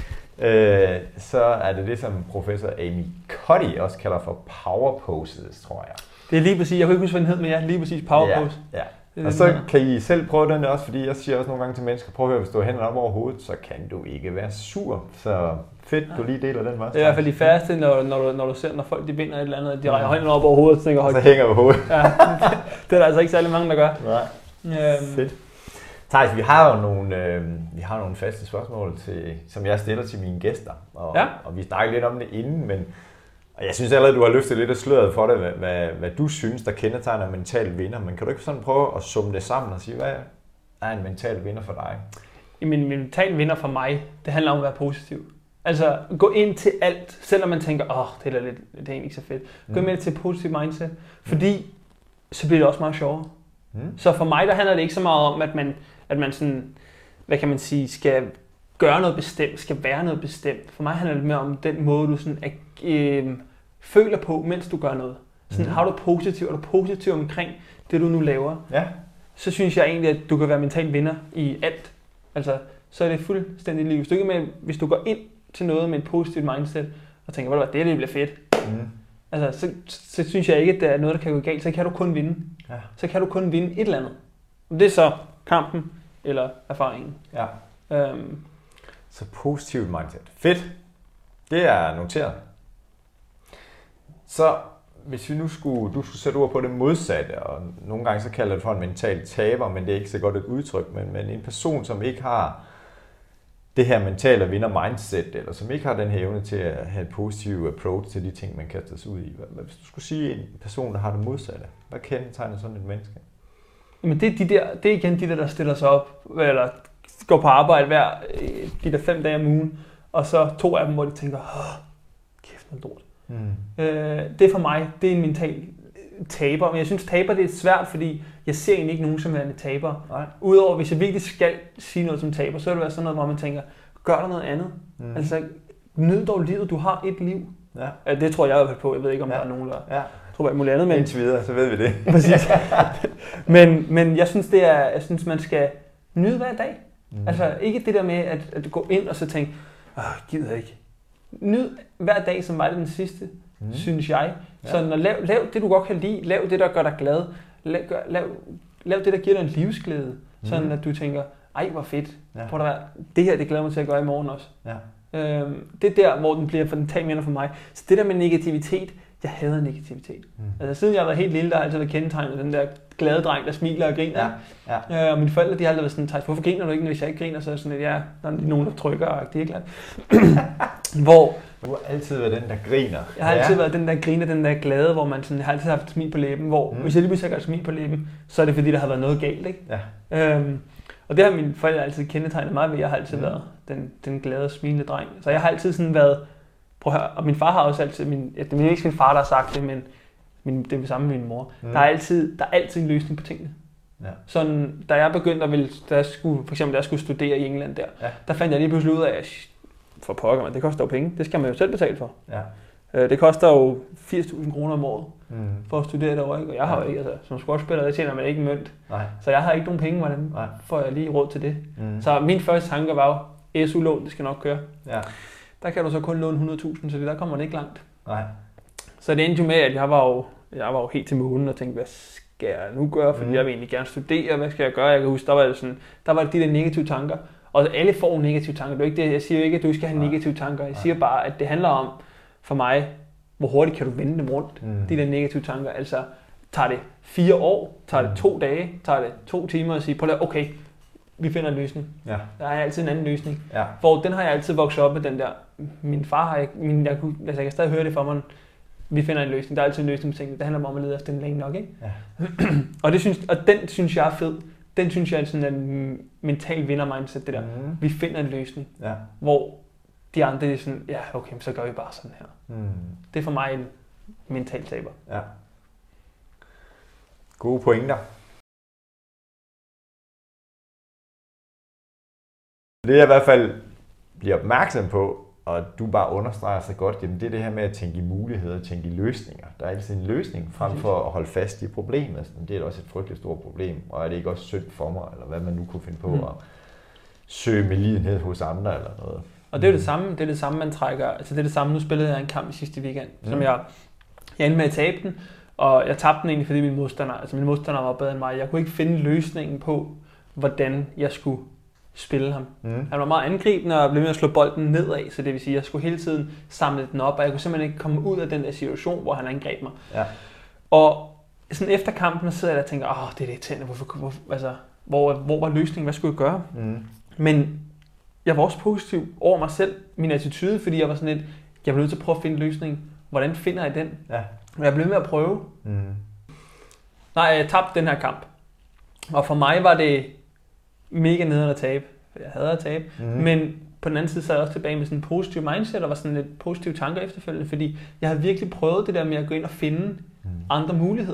[SPEAKER 1] så er det som professor Amy Cuddy også kalder for power poses, tror jeg.
[SPEAKER 2] Det er lige præcis, jeg kan ikke huske, hvad den hed, men ja, lige præcis power pose.
[SPEAKER 1] Ja. Og så kan I selv prøve den også, fordi jeg siger også nogle gange til mennesker, prøv at høre, hvis du har hænderne op over hovedet, så kan du ikke være sur. Så fedt, du lige deler den.
[SPEAKER 2] Det er i hvert fald de færreste, når du ser, når folk de vinder et eller andet, de rækker hænderne op over hovedet, så tænker
[SPEAKER 1] så hænger på hovedet.
[SPEAKER 2] Ja, det er der altså ikke særlig mange, der gør.
[SPEAKER 1] Nej. Fedt. Theis, vi har nogle faste spørgsmål, som jeg stiller til mine gæster, og vi snakker lidt om det inden, men og jeg synes allerede, du har løftet lidt af sløret for det, hvad du synes, der kendetegner en mental vinder. Men kan du ikke sådan prøve at summe det sammen og sige, hvad er en mental vinder for dig?
[SPEAKER 2] En mental vinder for mig, det handler om at være positiv. Altså gå ind til alt, selvom man tænker, det er egentlig ikke så fedt. Gå ind med det til et positivt mindset, fordi så bliver det også meget sjovere. Så for mig, der handler det ikke så meget om, at man sådan, hvad kan man sige, skal gøre noget bestemt, skal være noget bestemt. For mig handler det mere om den måde, du sådan, føler på, mens du gør noget. Sådan, har du positiv omkring det, du nu laver, så synes jeg egentlig, at du kan være mental vinder i alt. Altså, så er det fuldstændig liv. Hvis du går ind til noget med et positivt mindset, og tænker, det bliver fedt, altså, så synes jeg ikke, at der er noget, der kan gå galt. Så kan du kun vinde. Ja. Så kan du kun vinde et eller andet. Og det er så kampen eller erfaringen. Ja.
[SPEAKER 1] Så positivt mindset. Fedt. Det er noteret. Så hvis vi nu du skulle sætte ord på det modsatte, og nogle gange så kalder det for en mental taber, men det er ikke så godt et udtryk, men en person, som ikke har det her mentale vinder mindset, eller som ikke har den her evne til at have et positiv approach til de ting, man kaster sig ud i. Hvis du skulle sige en person, der har det modsatte, hvad kendetegner sådan et menneske?
[SPEAKER 2] Jamen det er igen de der stiller sig op, eller går på arbejde de der 5 dage om ugen, og så 2 af dem, hvor de tænker, kæft noget lort. Det for mig, det er en mental taber. Men jeg synes, taber det er svært, fordi jeg ser egentlig ikke nogen som værende taber. Udover, hvis jeg virkelig skal sige noget som taber, så er det være sådan noget, hvor man tænker, gør der noget andet. Altså, nyd dog livet, du har et liv. Ja. Det tror jeg i hvert fald på. Jeg ved ikke, om der er nogen, der tror jeg muligt andet. Men
[SPEAKER 1] indtil videre, så ved vi det.
[SPEAKER 2] Præcis. men jeg synes, man skal nyde hver dag. Altså, ikke det der med at gå ind og så tænke, gider jeg ikke. Nyd hver dag, som var det den sidste, synes jeg. Så lav det, du godt kan lide. Lav det, der gør dig glad. Lav det, der giver dig en livsglæde. Sådan at du tænker, ej, hvor fedt. Prøv at være. Det her, det glæder mig til at gøre i morgen også. Ja. Det er der, hvor den bliver for den tag for mig. Så det der med negativitet, jeg hader negativitet. Altså siden jeg har været helt lille, der har altid været kendetegnet den der glade dreng, der smiler og griner. Ja. Og mine forældre, de har altid været sådan, hvorfor griner du ikke, hvis jeg ikke griner? Så er sådan lidt, der er nogen, der trykker, og det er klart. Hvor
[SPEAKER 1] du har altid været den, der griner.
[SPEAKER 2] Jeg har altid været den, der griner, den der glade, hvor man sådan, jeg har altid haft et smil på læben, hvor hvis jeg lige pludselig har et smil på læben, så er det fordi, der har været noget galt, ikke? Ja. Og det har mine forældre altid kendetegnet mig ved. Jeg har altid været den glade, smilende dreng. Så jeg har altid sådan været, prøv at høre, og min far har også altid, det er ikke min far, der har sagt det, men det er det samme med min mor. Der er altid en løsning på tingene. Ja. Sådan, da jeg begyndte da jeg skulle studere i England der fandt jeg lige pludselig ud af, at for pokker, men det koster jo penge. Det skal man jo selv betale for. Ja. Det koster jo 80.000 kroner om året for at studere derovre. Og jeg har jo ikke, altså som squashspiller, der tjener man ikke mønt. Så jeg har ikke nogen penge, hvordan får jeg lige råd til det. Så min første tanke var jo, SU-lån, det skal nok køre. Ja. Der kan du så kun låne 100.000, så der kommer man ikke langt. Nej. Så det endte jo med, at jeg var jo helt til månen og tænkte, hvad skal jeg nu gøre, fordi jeg vil egentlig gerne studere, hvad skal jeg gøre? Jeg kan huske, der var de der negative tanker. Og alle får negative tanker. Det er ikke det. Jeg siger jo ikke, at du skal have negative tanker. Jeg siger bare, at det handler om, for mig, hvor hurtigt kan du vende dem rundt, de der negative tanker. Altså, tager det 4 år, tager det 2 dage, tager det 2 timer og sige, prøv at okay, vi finder en løsning. Ja. Der er altid en anden løsning. Ja. For den har jeg altid vokset op med den der, min far har ikke, jeg kan stadig høre det for mig, vi finder en løsning. Der er altid en løsning på tingene. Det handler om at lede efter den længe nok, ikke? Ja. og den synes jeg er fed. Den synes jeg er sådan en mental vinder-mindset, det der. Vi finder en løsning, hvor de andre er sådan, ja, okay, så gør vi bare sådan her. Det er for mig en mental taber. Ja.
[SPEAKER 1] Gode pointer. Det jeg i hvert fald bliver opmærksom på, og du bare understreger så godt, jamen det er det her med at tænke i muligheder, tænke i løsninger. Der er altid en løsning, frem for at holde fast i problemet. Det er også et frygteligt stort problem, og er det ikke også synd for mig, eller hvad man nu kunne finde på at søge med lidenhed hos andre eller noget.
[SPEAKER 2] Og det er jo det samme, man trækker. Altså det er det samme, nu spillede jeg en kamp i sidste weekend, som jeg endte med at tabe den, og jeg tabte den egentlig, fordi min modstander var bedre end mig. Jeg kunne ikke finde løsningen på, hvordan jeg skulle spille ham. Han var meget angribende og blev med at slå bolden nedad, så det vil sige, at jeg skulle hele tiden samle den op, og jeg kunne simpelthen ikke komme ud af den der situation, hvor han angreb mig. Ja. Og sådan efter kampen sidder jeg der og tænker, det er det tænder, hvor var løsningen, hvad skulle jeg gøre? Men jeg var også positiv over mig selv, min attitude, fordi jeg var sådan lidt, jeg blev nødt til at prøve at finde løsningen. Hvordan finder jeg den? Ja. Og jeg blev med at prøve. Nej, jeg tabte den her kamp. Og for mig var det mega nederen at tabe. Jeg hader at tabe. Men på den anden side, så er jeg også tilbage med sådan en positiv mindset, og var sådan lidt positive tanker efterfølgende, fordi jeg har virkelig prøvet det der med at gå ind og finde andre muligheder.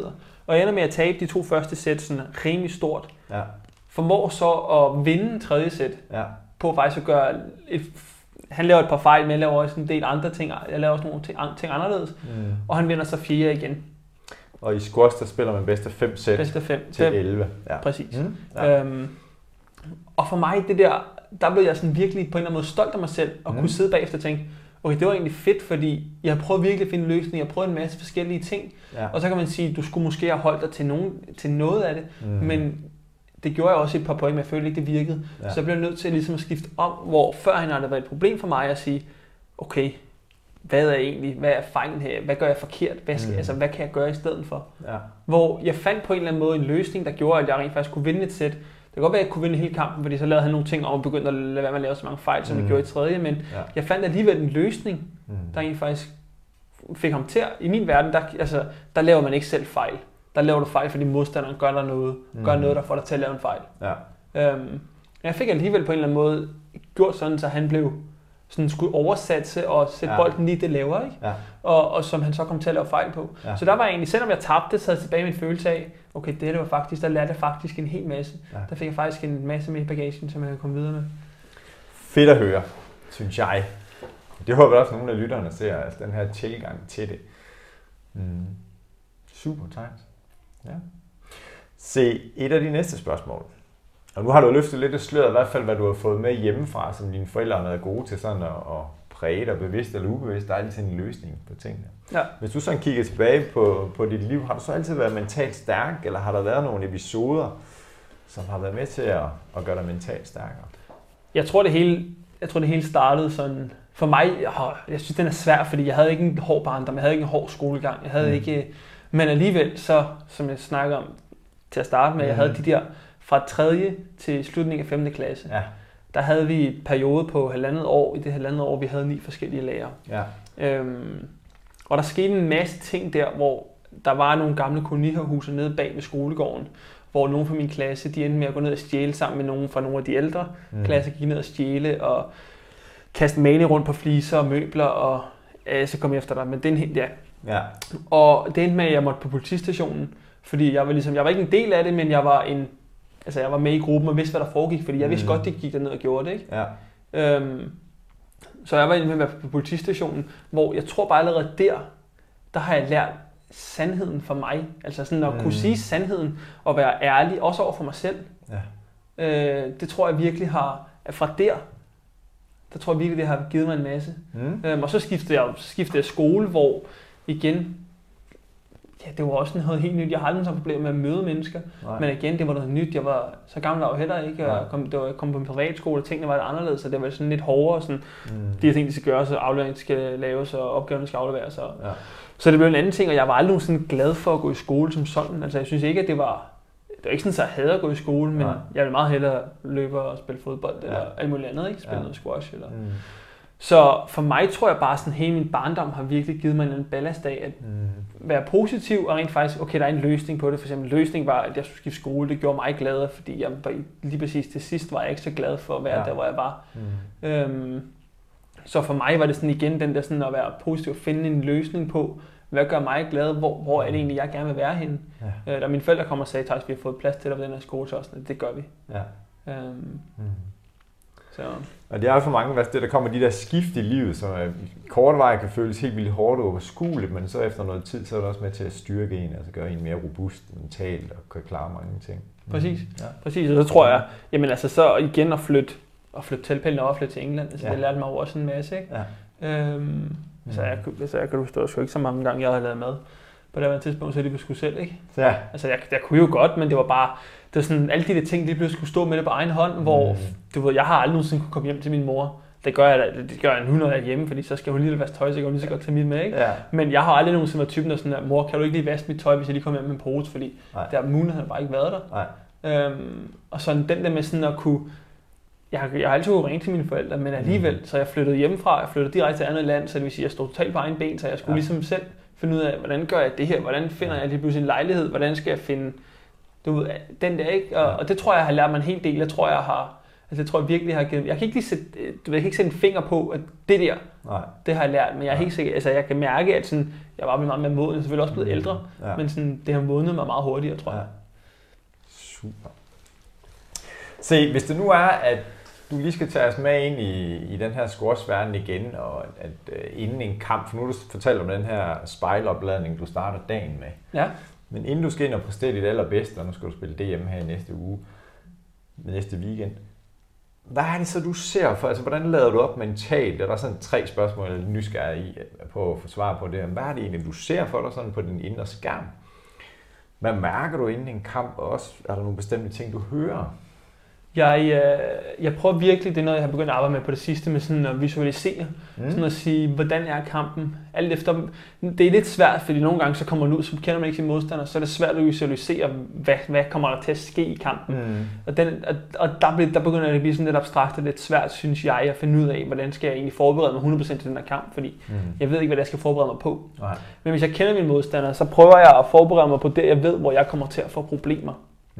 [SPEAKER 2] og ender med at tabe de 2 første sæt sådan rimelig stort.
[SPEAKER 1] Ja.
[SPEAKER 2] Formår så at vinde tredje sæt på faktisk at gøre han laver et par fejl, men jeg laver også en del andre ting. Jeg laver også nogle ting anderledes, og han vinder så 4 igen.
[SPEAKER 1] Og i squash, der spiller man bedst af 5 sæt til 11.
[SPEAKER 2] Ja. Præcis. Og for mig, der blev jeg sådan virkelig på en eller anden måde stolt af mig selv, og kunne sidde bagefter og tænke, okay, det var egentlig fedt, fordi jeg har prøvet virkelig at finde løsninger, jeg har prøvet en masse forskellige ting, og så kan man sige, at du skulle måske have holdt dig til noget af det, men det gjorde jeg også et par point, men jeg følte ikke, det virkede. Så jeg blev nødt til ligesom at skifte om, hvor førhen har det været et problem for mig at sige, okay, hvad er fejlen her? Hvad gør jeg forkert? Hvad kan jeg gøre i stedet for? Ja. Hvor jeg fandt på en eller anden måde en løsning, der gjorde, at jeg rent faktisk kunne vinde et sæt. Det kan godt være, at jeg kunne vinde hele kampen, fordi så lavede han nogle ting om og begyndte at lade være med at lave så mange fejl, som jeg gjorde i tredje, men jeg fandt alligevel en løsning, der egentlig faktisk fik ham til. I min verden, der laver man ikke selv fejl. Der laver du fejl, fordi modstanderen gør dig noget, gør noget, der får dig til at lave en fejl. Ja. Jeg fik alligevel på en eller anden måde gjort sådan, så han blev sådan skulle oversatse og sætte bolden lige det lavere, ikke? Ja. Og som han så kom til at lave fejl på. Ja. Så der var egentlig, selvom jeg tabte, så havde jeg tilbage min følelse af, okay, det var faktisk, der lærte jeg faktisk en hel masse. Ja. Der fik jeg faktisk en masse med i bagagen, som jeg kan komme videre med.
[SPEAKER 1] Fedt at høre, synes jeg. Det håber jeg også, nogle af lytterne ser, altså den her tilgang til det. Super, tak. Ja. Se, et af de næste spørgsmål. Og nu har du løftet lidt af sløret, i hvert fald hvad du har fået med hjemmefra, som dine forældre har været gode til sådan at præge dig bevidst eller ubevidst. Der er altid en løsning på tingene. Ja. Hvis du sådan kigger tilbage på dit liv, har du så altid været mentalt stærk, eller har der været nogle episoder, som har været med til at gøre dig mentalt stærkere?
[SPEAKER 2] Jeg tror det hele startede sådan. For mig, jeg synes den er svær, fordi jeg havde ikke en hård barndom, jeg havde ikke en hård skolegang, jeg havde ikke, men alligevel så, som jeg snakker om til at starte med, jeg havde de der fra 3. til slutningen af 5. klasse. Ja. Der havde vi et periode på 1,5 år. I det 1,5 år, vi havde 9 forskellige lærere. Ja. Og der skete en masse ting der, hvor der var nogle gamle kolonihavehuse nede bag ved skolegården, hvor nogle fra min klasse, de endte med at gå ned og stjæle sammen med nogen fra nogle af de ældre klasser, gik ned og stjæle og kaste maling rundt på fliser og møbler, og så kom jeg efter dig. Men den ja. Og det endte med, at jeg måtte på politistationen, fordi jeg var ikke en del af det, men jeg var med i gruppen og vidste, hvad der foregik, fordi jeg vidste godt, det gik derned og gjorde det, ikke? Ja. Så jeg var inde med at være på politistationen, hvor jeg tror bare allerede der har jeg lært sandheden for mig. Altså sådan at kunne sige sandheden og være ærlig, også over for mig selv. Ja. Det tror jeg virkelig har, fra der tror jeg virkelig, det har givet mig en masse. Og så skiftede jeg skole, hvor igen, ja, det var også noget helt nyt. Jeg har aldrig så problemer med at møde mennesker. Nej. Men igen, det var noget nyt. Jeg var så gammel og heller ikke. Jeg kom på en privatskole, og tingene var lidt anderledes, så det var sådan lidt hårdere. Sådan, de her ting, de skal gøres, og afleveringen skal laves, og opgaverne skal afleveres. Så det blev en anden ting, og jeg var aldrig sådan glad for at gå i skole som sådan. Altså, jeg synes ikke, at det var ikke sådan, at jeg havde at gå i skole, men jeg ville meget hellere løbe og spille fodbold, eller alt muligt andet, ikke? Spille noget squash, eller... Så for mig tror jeg bare, sådan hele min barndom har virkelig givet mig en ballast af at være positiv og rent faktisk, okay, der er en løsning på det. For eksempel løsningen var, at jeg skulle skifte skole. Det gjorde mig gladere, fordi jeg lige præcis til sidst var jeg ikke så glad for at være der, hvor jeg var. Så for mig var det sådan igen den der sådan at være positiv og finde en løsning på, hvad gør mig glad, hvor er det egentlig, jeg gerne vil være henne. Ja. Da mine forældre kom og sagde, at vi har fået plads til dig på den her skole, så sådan, det gør vi. Ja. Så.
[SPEAKER 1] Og det er jo for mange, det der kommer de der skift i livet, som kortvarigt kan føles helt vildt hårdt og overskueligt, men så efter noget tid, så er det også med til at styrke en, altså gøre en mere robust mentalt og kan klare mange ting.
[SPEAKER 2] Præcis. Ja. Præcis, og så tror jeg, jamen altså så igen at flytte teltpælen og flytte til England, altså det lærte mig også en masse, ikke? Ja. Så jeg kan huske, det var sgu ikke så mange gange, jeg havde lavet mad. På det tidspunkt, så er det på sgu selv, ikke? Ja. Altså jeg kunne jo godt, men det var bare, det var sådan, alle de der ting, lige pludselig skulle stå med det på egen hånd, hvor, du ved, jeg har aldrig nogensinde kunne komme hjem til min mor. Det gør jeg nu, når jeg er hjemme, fordi så skal hun lige vaske tøj, så jeg kan lige så godt tage mit med, ikke? Ja. Men jeg har aldrig nogensinde været typen, der sådan der, mor, kan du ikke lige vaske mit tøj, hvis jeg lige kommer hjem med en pose, fordi der muligheden har bare ikke været der. Og sådan den der med sådan at kunne, jeg har altid kunne ringe til mine forældre, men alligevel, så jeg flyttede hjemmefra, jeg flyttede direkte til et andet land, så det vil sige, at jeg stod totalt på egen ben, så jeg skulle ligesom selv finde ud af, hvordan gør jeg det her, hvordan finder jeg lige pludselig en lejlighed, hvordan skal jeg finde, du ved, den der, ikke? Og det tror jeg har lært mig en hel del. Jeg tror, jeg har, Altså, jeg tror jeg virkelig har givet... Jeg kan ikke sætte en finger på, at det der, det har jeg lært, men jeg er helt sikker... Altså, jeg kan mærke, at sådan, jeg var meget mere moden, jeg er selvfølgelig også blevet ældre, men sådan, det har modnet mig meget hurtigere, tror jeg.
[SPEAKER 1] Super. Se, hvis det nu er, at du lige skal tage os med ind i den her squashverden igen, og at inden en kamp, for nu har du fortalt om den her spejlopladning, du starter dagen med.
[SPEAKER 2] Ja.
[SPEAKER 1] Men inden du skal ind og præstere dit allerbedste, og nu skal du spille DM her i næste uge, næste weekend, hvad er det så, du ser for? Altså, hvordan lader du op mentalt? Er der sådan 3 spørgsmål, jeg er nysgerrig i på at få svar på det. Hvad er det egentlig, du ser for dig sådan på din indre skærm? Hvad mærker du inden en kamp? Og også, er der nogle bestemte ting, du hører?
[SPEAKER 2] Jeg prøver virkelig, det er noget, jeg har begyndt at arbejde med på det sidste, med sådan at visualisere. Sådan at sige, hvordan er kampen? Alt efter, det er lidt svært, fordi nogle gange så kommer man ud, så kender man ikke sin modstander, så er det svært at visualisere, hvad kommer der til at ske i kampen. Og der begynder det at blive sådan lidt abstrakt og lidt svært, synes jeg, at finde ud af, hvordan skal jeg egentlig forberede mig 100% til den her kamp, fordi jeg ved ikke, hvad jeg skal forberede mig på. Men hvis jeg kender min modstander, så prøver jeg at forberede mig på det, jeg ved, hvor jeg kommer til at få problemer.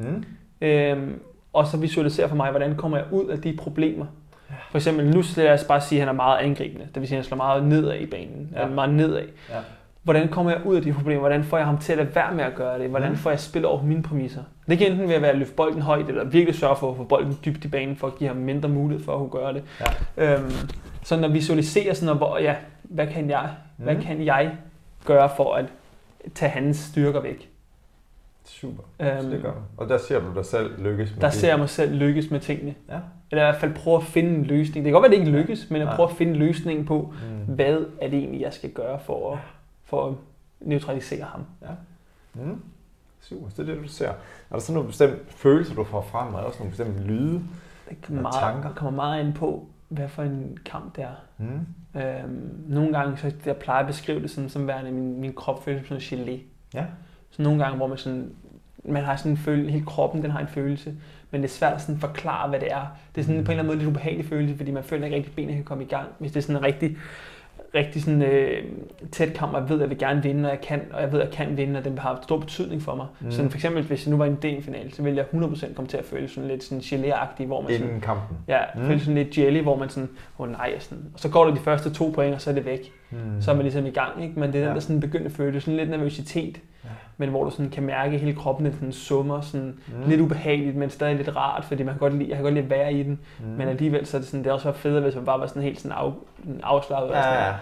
[SPEAKER 2] Og så visualisere for mig, hvordan kommer jeg ud af de problemer. For eksempel, nu skal jeg bare sige, at han er meget angribende. Det vil sige, at han slår meget nedad i banen. Meget nedad. Hvordan kommer jeg ud af de problemer? Hvordan får jeg ham til at lade være med at gøre det? Hvordan får jeg spillet over mine præmisser? Det kan enten være at løfte bolden højt, eller virkelig sørge for at få bolden dybt i banen, for at give ham mindre mulighed for at kunne gøre det. Sådan at visualisere sådan, hvad kan jeg gøre for at tage hans styrker væk?
[SPEAKER 1] Super, det gør. Og der ser du dig selv lykkes med
[SPEAKER 2] det? Der ser jeg mig selv lykkes med tingene. Eller i hvert fald prøve at finde en løsning. Det kan godt være, det ikke lykkes, men at prøve at finde løsningen på, hvad er det egentlig, jeg skal gøre for at neutralisere ham.
[SPEAKER 1] Super, det er det, du ser. Er der sådan nogle bestemte følelser, du får frem, og også nogle bestemte lyde tanker?
[SPEAKER 2] Det kommer meget ind på, hvad for en kamp det er. Nogle gange, så jeg plejer at beskrive det som værende min krop føles som sådan en gelé. Så nogle gange, hvor man har sådan en følelse, hele kroppen den har en følelse, men det er svært at sådan forklare, hvad det er. Det er sådan på en eller anden måde lidt ubehagelig følelse, fordi man føler ikke rigtig, at benene kan komme i gang. Hvis det er sådan en rigtig sådan, tæt kamp, og jeg ved, at jeg vil gerne vinde, og jeg ved, at jeg kan vinde, og den har stor betydning for mig. Så for eksempel, hvis jeg nu var i en DM-finale, så ville jeg 100% komme til at føle sådan lidt sådan gelé-agtig, hvor man
[SPEAKER 1] inden kampen.
[SPEAKER 2] Føle sådan lidt jelly, hvor man sådan, nej, sådan. Og så går der de første 2 point, og så er det væk. Så er man ligesom i gang, ikke? Men det er den, der sådan begynder at føle sådan lidt nervøsitet, men hvor du sådan kan mærke, at hele kroppen den sådan summer, sådan lidt ubehageligt, men stadig lidt rart, fordi jeg kan godt lide at være i den. Men alligevel så er det sådan, det er også var federe, hvis man bare var sådan helt sådan afslappet.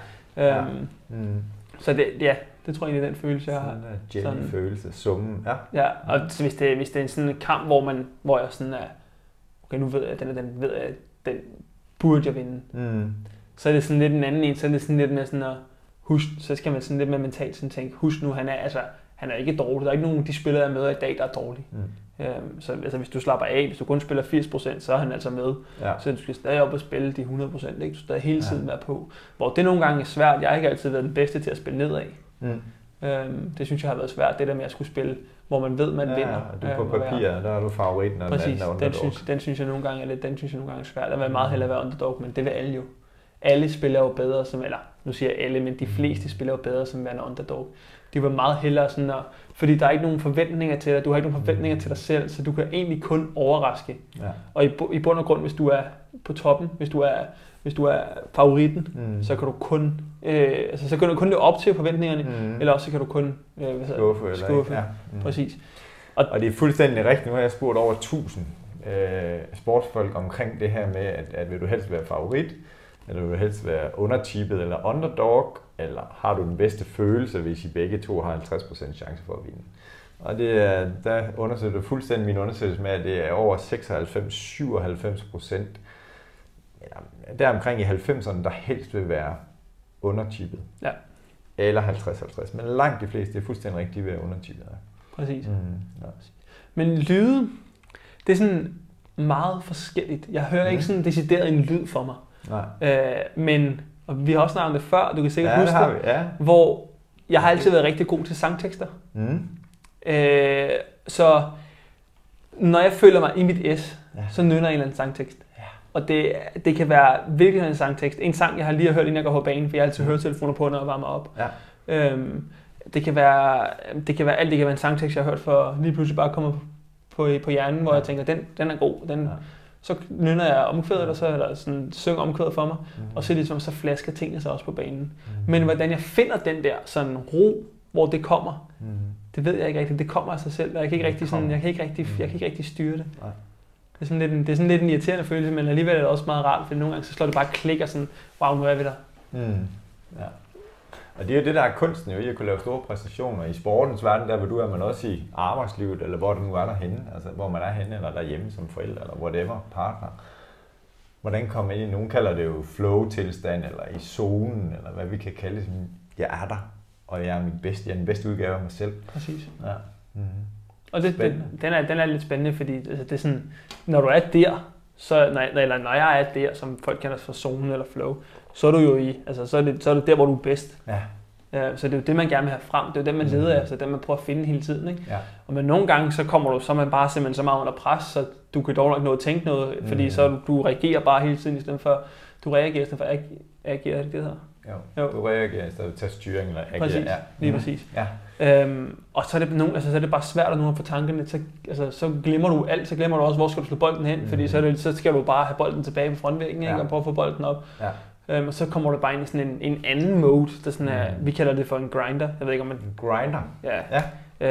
[SPEAKER 2] Så det tror jeg egentlig er den følelse, jeg har.
[SPEAKER 1] Sådan en jelly-følelse, summen.
[SPEAKER 2] Og så hvis det er en sådan en kamp, hvor jeg sådan er, okay, nu ved jeg, at den burde jeg vinde. Så er det sådan lidt en anden en, så er det sådan lidt mere sådan at husk, så skal man sådan lidt mere mentalt sådan tænke, husk nu, han er ikke dårlig. Der er ikke nogen af de spillere, jeg møder i dag, der er dårlige. Så altså, hvis du slapper af, hvis du kun spiller 80%, så er han altså med. Så du skal stadig op og spille de 100%, ikke? Du skal stadig hele tiden være på. Hvor det nogle gange er svært. Jeg har ikke altid været den bedste til at spille nedad. Det synes jeg har været svært, det der med at skulle spille, hvor man ved, man vinder.
[SPEAKER 1] Du på papir, der er du favoritten, og
[SPEAKER 2] præcis,
[SPEAKER 1] den anden er underdog.
[SPEAKER 2] Den synes jeg nogle gange er lidt, svært. Der vil meget hellere være underdog, men det vil alle jo. Alle spiller jo bedre som, eller nu siger jeg alle, men de fleste spiller jo bedre som værende underdog. De var meget hellere sådan, fordi der er ikke nogen forventninger til dig, du har ikke nogen forventninger til dig selv, så du kan egentlig kun overraske. Og i bund og grund, hvis du er på toppen, hvis du er favoritten, så kan du kun så kan du kun leve op til forventningerne, eller også så kan du kun skuffe. Præcis.
[SPEAKER 1] Og det er fuldstændig rigtigt. Nu har jeg spurgt over 1000 sportsfolk omkring det her med, at vil du helst være favorit, eller vil du helst være undertippet eller underdog, eller har du den bedste følelse, hvis I begge to har 50% chance for at vinde. Og der undersøger du fuldstændig min undersøgelse med, at det er over 96-97%, der omkring i 90'erne, der helst vil være undertippet. Eller 50-50. Men langt de fleste, det er fuldstændig rigtigt, de vil være undertippet.
[SPEAKER 2] Præcis. Men lyde, det er sådan meget forskelligt. Jeg hører ikke sådan decideret en lyd for mig. Men og vi har også snakket om det før, du kan sikkert huske det, hvor jeg har altid været rigtig god til sangtekster. Så når jeg føler mig i mit S, så nynner jeg en eller anden sangtekst. Og det kan være virkelig en sangtekst. En sang, jeg har lige hørt, inden jeg går på banen, for jeg har altid høretelefoner på, når jeg varmer op. Det kan være alt. Det kan være en sangtekst, jeg har hørt for lige pludselig bare kommer på hjernen, hvor jeg tænker, den er god. så nynner jeg omkvædet, og så er der sådan synger omkvædet for mig, og så ligesom så flasker tingene sig også på banen. Men hvordan jeg finder den der sådan ro, hvor det kommer, det ved jeg ikke rigtigt. Det kommer af sig selv, og jeg kan ikke rigtig styre det. Nej. Det er sådan lidt en irriterende følelse, men alligevel er det også meget rart, for nogle gange så slår det bare klik og sådan, wow, nu er vi der.
[SPEAKER 1] Ja. Og det er jo det, der er kunsten jo, i at kunne lave store præstationer i sportens verden, der hvor du er, man også i arbejdslivet, eller hvor du nu er derhenne, altså hvor man er henne, eller derhjemme som forældre, eller whatever, partner. Hvordan kommer ind i, nogen kalder det jo flow-tilstand, eller i zonen, eller hvad vi kan kalde det, jeg er der, og jeg er den bedste udgave af mig selv.
[SPEAKER 2] Præcis. Ja. Og den er lidt spændende, fordi altså, det er sådan, når du er der, når jeg er der, som folk kalder for zone eller flow, så er du jo i, altså så er det der, hvor du er bedst. Ja. Så det er jo det, man gerne vil have frem. Det er jo det, man leder efter, det man prøver at finde hele tiden. Ikke? Ja. Og men nogle gange, så er man bare simpelthen så meget under pres, så du kan dog nok nå at tænke noget, fordi så du reagerer bare hele tiden, i stedet for du reagerer, i stedet for at agere, er det det her?
[SPEAKER 1] Jo, du reagerer i stedet for at tage styring eller agere.
[SPEAKER 2] Præcis, lige præcis. Ja. Og så er det så er det bare svært at nu at få tankerne, så glemmer du alt, så glemmer du også, hvor skal du slå bolden hen, fordi så skal du bare have bolden tilbage på frontvæggen, ikke? Og prøve at få bolden op. Ja. Og så kommer du bare ind i sådan en anden mode, der sådan er, vi kalder det for en grinder. Jeg ved ikke om man...
[SPEAKER 1] En grinder? Ja.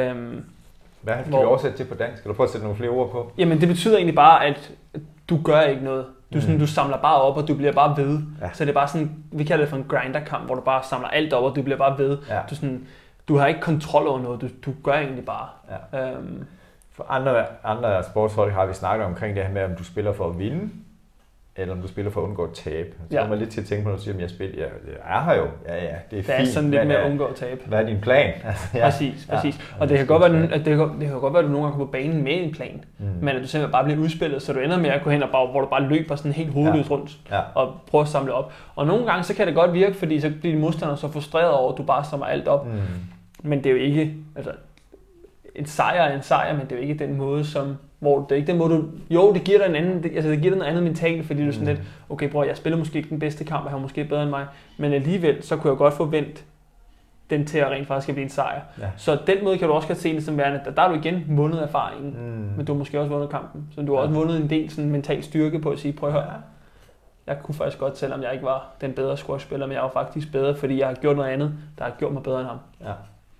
[SPEAKER 1] Hvad kan vi oversætte til på dansk? Skal du prøve at sætte nogle flere ord på?
[SPEAKER 2] Jamen det betyder egentlig bare, at du gør ikke noget. Du samler bare op, og du bliver bare ved. Ja. Så det er bare sådan, vi kalder det for en grinderkamp, hvor du bare samler alt op, og du bliver bare ved. Ja. Du har ikke kontrol over noget, du gør egentlig bare. Ja.
[SPEAKER 1] For andre sportsfolk har vi snakket omkring det her med, om du spiller for at vinde, eller om du spiller for at undgå at tabe. Så kommer lidt til at tænke på, når du siger, at jeg spiller. Jeg er her jo. Ja, det er fint.
[SPEAKER 2] Det er sådan lidt med at undgå at tabe.
[SPEAKER 1] Hvad er din plan?
[SPEAKER 2] Præcis. Og det kan godt være, at du nogle gange kommer på banen med en plan, men at du simpelthen bare bliver udspillet, så du ender med at gå hen og hvor du bare løber sådan helt hovedløst rundt og prøver at samle op. Og nogle gange så kan det godt virke, fordi så bliver de modstandere så frustreret over, at du bare samler alt op. Men det er jo ikke, altså en sejr er en sejr, men det er jo ikke den måde, hvor det er ikke den måde, det giver dig en anden, det giver dig noget andet mentalt, fordi du er sådan lidt, okay bror, jeg spiller måske ikke den bedste kamp, og han er måske bedre end mig, men alligevel, så kunne jeg godt forvente den til at rent faktisk skal blive en sejr. Ja. Så den måde kan du også godt se det som værende, der er du igen vundet erfaringen, men du har måske også vundet kampen, så du har også vundet en del sådan mental styrke på at sige, prøv at høre, jeg kunne faktisk godt, selvom jeg ikke var den bedre squashspiller, men jeg var faktisk bedre, fordi jeg har gjort noget andet, der har gjort mig bedre end ham. Ja.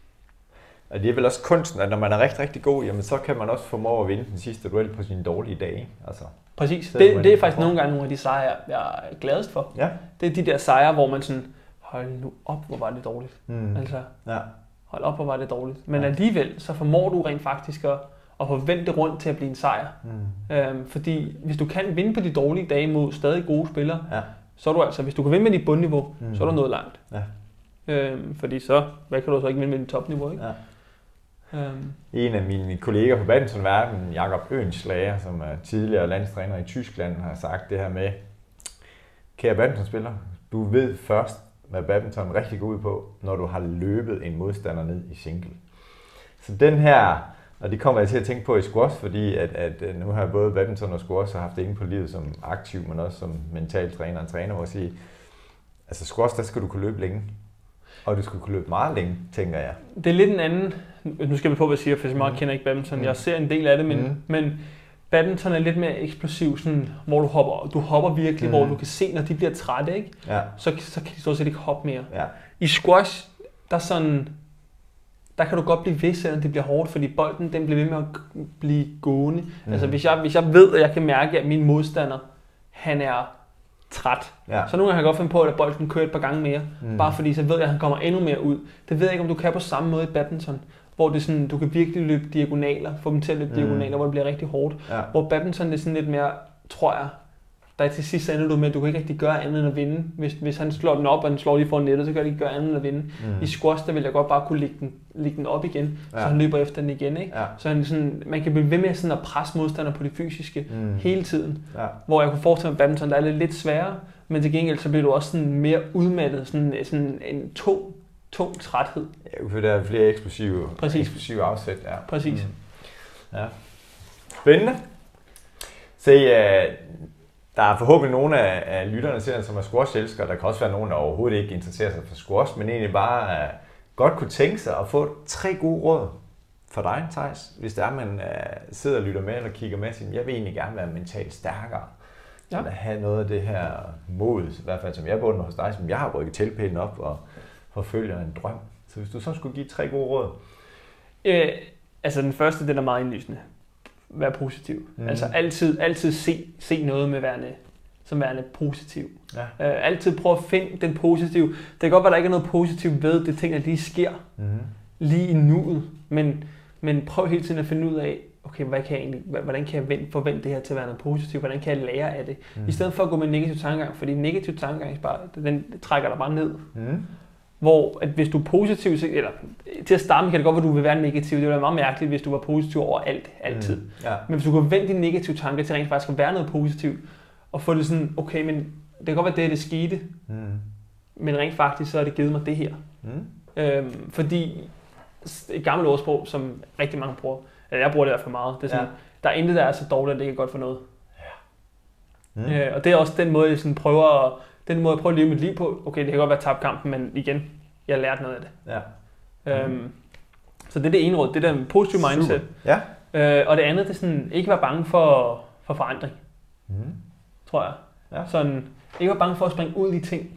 [SPEAKER 1] Og det er vel også kunsten, at når man er rigtig, rigtig god, jamen så kan man også formå at vinde den sidste duel på sine dårlige dage. Altså,
[SPEAKER 2] præcis. Det er faktisk nogle gange nogle af de sejre, jeg er gladest for. Ja. Det er de der sejre, hvor man sådan, hold nu op, hvor var det dårligt. Altså, hold op, hvor var det dårligt. Men alligevel, så formår du rent faktisk at forvente det rundt til at blive en sejr. Fordi hvis du kan vinde på de dårlige dage mod stadig gode spillere, så er du altså, hvis du kan vinde med dit bundniveau, så er du nået langt. Ja. Fordi så, hvad kan du så ikke vinde med dit topniveau, ikke? Ja.
[SPEAKER 1] En af mine kolleger på badmintonverdenen, Jakob Øenslager, som er tidligere landstræner i Tyskland, har sagt det her med, kære badmintonspiller, du ved først, hvad badminton rigtig går ud på, når du har løbet en modstander ned i single. Så den her, og det kommer jeg til at tænke på i squash, fordi at nu har jeg både badminton og squash haft det inde på livet som aktiv, men også som mental træner og træner, hvor jeg siger, altså squash, der skal du kunne løbe længe. Og du skulle kunne løbe meget længe, tænker jeg.
[SPEAKER 2] Det er lidt en anden, nu skal vi på, hvad jeg siger, for jeg meget kender ikke badminton. Jeg ser en del af det, men badminton er lidt mere eksplosiv, sådan, hvor du hopper virkelig, hvor du kan se, når de bliver trætte, ikke? Ja. Så kan de stort set ikke hoppe mere. Ja. I squash, der kan du godt blive ved, selvom det bliver hårdt, fordi bolden den bliver ved med at blive gående. Altså hvis jeg ved, at jeg kan mærke, at min modstander, han er træt. Ja. Så nogle gange kan jeg godt finde på, at bolden kører et par gange mere, bare fordi så ved jeg, at han kommer endnu mere ud. Det ved jeg ikke, om du kan på samme måde i badminton, hvor det sådan, du kan virkelig løbe diagonaler, få dem til at løbe diagonaler, hvor det bliver rigtig hårdt. Ja. Hvor badminton det er sådan lidt mere, tror jeg, der til sidst ender du med, at du kan ikke rigtig gøre andet end at vinde. Hvis han slår den op, og den slår lige foran nettet, så kan det ikke gøre andet end at vinde. I squash, der vil jeg godt bare kunne lægge den op igen, så han løber efter den igen. Ikke? Ja. Så han sådan, man kan blive ved med sådan at presse modstander på det fysiske hele tiden. Ja. Hvor jeg kunne forestille mig, at badminton der er lidt sværere, men til gengæld så bliver du også sådan mere udmattet, sådan en tung træthed.
[SPEAKER 1] Ja, for der er flere eksplosive afsæt. Ja.
[SPEAKER 2] Præcis.
[SPEAKER 1] Ja. Spændende. Så der er forhåbentlig nogle af lytterne til, som er squash-elskere. Der kan også være nogen, der overhovedet ikke interesserer sig for squash, men egentlig bare godt kunne tænke sig at få 3 gode råd for dig, Theis, hvis der er, man sidder og lytter med eller kigger med, siger, jeg vil egentlig gerne være mentalt stærkere. Ja. Eller have noget af det her mod, i hvert fald som jeg beundrer hos dig, som jeg har rykket tilpælen op og forfølger en drøm. Så hvis du så skulle give 3 gode råd?
[SPEAKER 2] Altså den første, den er meget indlysende. Vær positiv. Altså altid se noget med som værende positiv. Ja. Altid prøv at finde den positive. Det kan godt være, der ikke er noget positivt ved det ting, der lige sker lige i nuet. Men prøv hele tiden at finde ud af, okay, hvordan kan jeg forvente det her til at være noget positivt? Hvordan kan jeg lære af det? I stedet for at gå med negativ tankegang, fordi negativ tankegang den trækker dig bare ned. Hvor at hvis du er positiv, eller til at starte med kan det godt være, at du vil være negativ. Det ville være meget mærkeligt, hvis du var positiv over alt, altid. Ja. Men hvis du kan vende dine negative tanker til rent faktisk at være noget positivt, og få det sådan, okay, men det kan godt være det skete, men rent faktisk så har det givet mig det her. Fordi et gammelt ordsprog, som rigtig mange bruger, eller jeg bruger det i hvert fald meget, det er sådan, der er intet, der er så dårligt, at det ikke er godt for noget. Og det er også den måde, jeg sådan prøver at leve mit liv på. Okay, det kan godt være tabt kampen, men igen, jeg har lært noget af det. Ja. Så det er det ene råd, det der positive mindset. Ja. Og det andet, det er sådan, ikke være bange for forandring. Tror jeg. Ja. Sådan, ikke være bange for at springe ud i ting.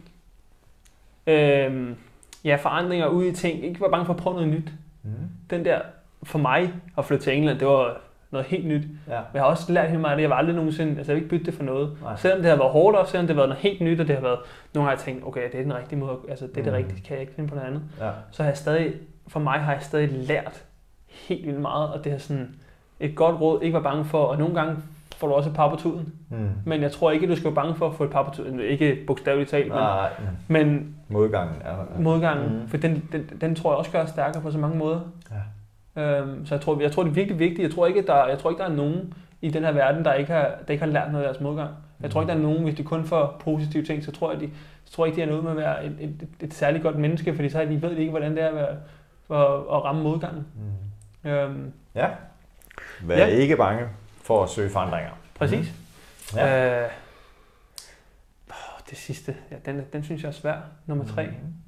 [SPEAKER 2] Forandringer ud i ting. Ikke være bange for at prøve noget nyt. Den der, for mig at flytte til England, det var noget helt nyt. Ja. Men jeg har også lært helt meget af det. Jeg var aldrig nogensinde, jeg vil ikke bytte det for noget. Nej. Selvom det har været hårdt, og selvom det har været noget helt nyt, og det har været, nogle gange har jeg tænkt, okay, det er den rigtige måde, altså det er det rigtige, kan jeg ikke finde på noget andet. Ja. Så har jeg stadig lært helt vildt meget, og det er sådan et godt råd, ikke være bange for, og nogle gange får du også et par på tuden. Men jeg tror ikke, du skal være bange for at få et par på tuden. Ikke bogstaveligt talt, men modgangen er der. Modgangen, for den tror jeg også gør stærkere på så mange måder. Ja. Så jeg tror, det er virkelig vigtigt. Jeg tror ikke, der er nogen i den her verden, der ikke har lært noget af deres modgang. Jeg tror ikke, der er nogen, hvis de kun får positive ting, så tror jeg ikke, de er noget med at være et særligt godt menneske, fordi så ved de ikke, hvordan det er at ramme modgangen.
[SPEAKER 1] Ja. Vær ikke bange for at søge forandringer.
[SPEAKER 2] Præcis. Ja. Det sidste, den synes jeg er svær. Nummer 3.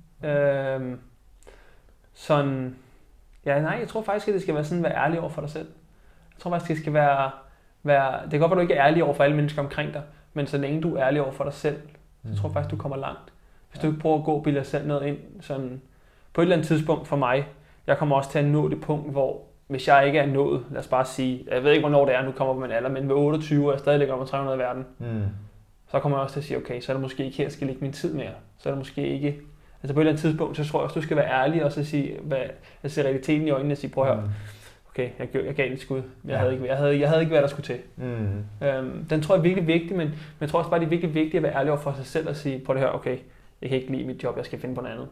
[SPEAKER 2] Jeg tror faktisk, at det skal være sådan, at være ærlig over for dig selv. Jeg tror faktisk, det skal være det kan godt være, at du ikke er ærlig over for alle mennesker omkring dig, men så længe du er ærlig over for dig selv, så tror jeg faktisk, du kommer langt. Hvis du ikke prøver at gå og bilde dig selv noget ind, sådan på et eller andet tidspunkt for mig, jeg kommer også til at nå det punkt, hvor hvis jeg ikke er nået, lad os bare sige, jeg ved ikke, hvornår det er, nu kommer på min alder, men ved 28 og jeg stadig ligger over 300 i verden, så kommer jeg også til at sige, okay, så er det måske ikke her, jeg skal lægge min tid mere. Så er det måske ikke. Altså på et eller andet tidspunkt, så tror jeg også, du skal være ærlig og så sige, jeg ser realiteten i øjnene og sige, prøv at høre, okay, jeg gav et skud, men jeg havde ikke, hvad der skulle til. Den tror jeg er virkelig vigtig, men jeg tror også bare, det er virkelig vigtigt at være ærlig over for sig selv og sige, prøv at høre, okay, jeg kan ikke lide mit job, jeg skal finde på noget andet.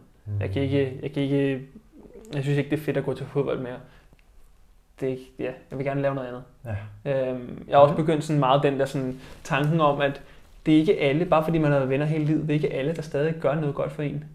[SPEAKER 2] Jeg synes ikke, det er fedt at gå til fodbold mere. Jeg vil gerne lave noget andet. Ja. Jeg har også begyndt sådan meget den der sådan tanken om, at det er ikke alle, bare fordi man har været venner hele livet, det er ikke alle, der stadig gør noget godt for en.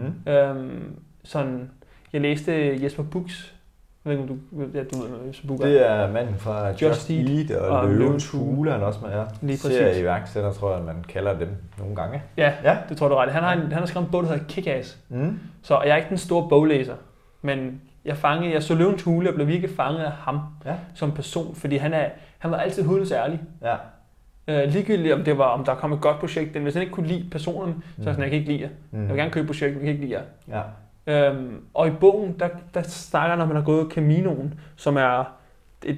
[SPEAKER 2] Jeg læste Jesper Buchs. Jeg ved ikke, om du ved, Jesper Buch er.
[SPEAKER 1] Det er manden fra Just Eat og Løvens Hule, han også med er.
[SPEAKER 2] Lige præcis.
[SPEAKER 1] Serieværksætter, tror jeg, man kalder dem nogle gange.
[SPEAKER 2] Ja, det tror du ret. Han har skrevet en bog, der hedder Kick-Ass. Så jeg er ikke den store boglæser, men jeg så Løvens Hule og blev virkelig fanget af ham som person, fordi han var altid hudløs ærlig. Ja. Ligegyldigt om der kom et godt projekt, hvis han ikke kunne lide personen, så sådan, jeg kan ikke lide jer. Jeg vil gerne købe projektet, men jeg kan ikke lide jer. Ja. Og i bogen, der snakker han om, at man har gået Caminoen, som er et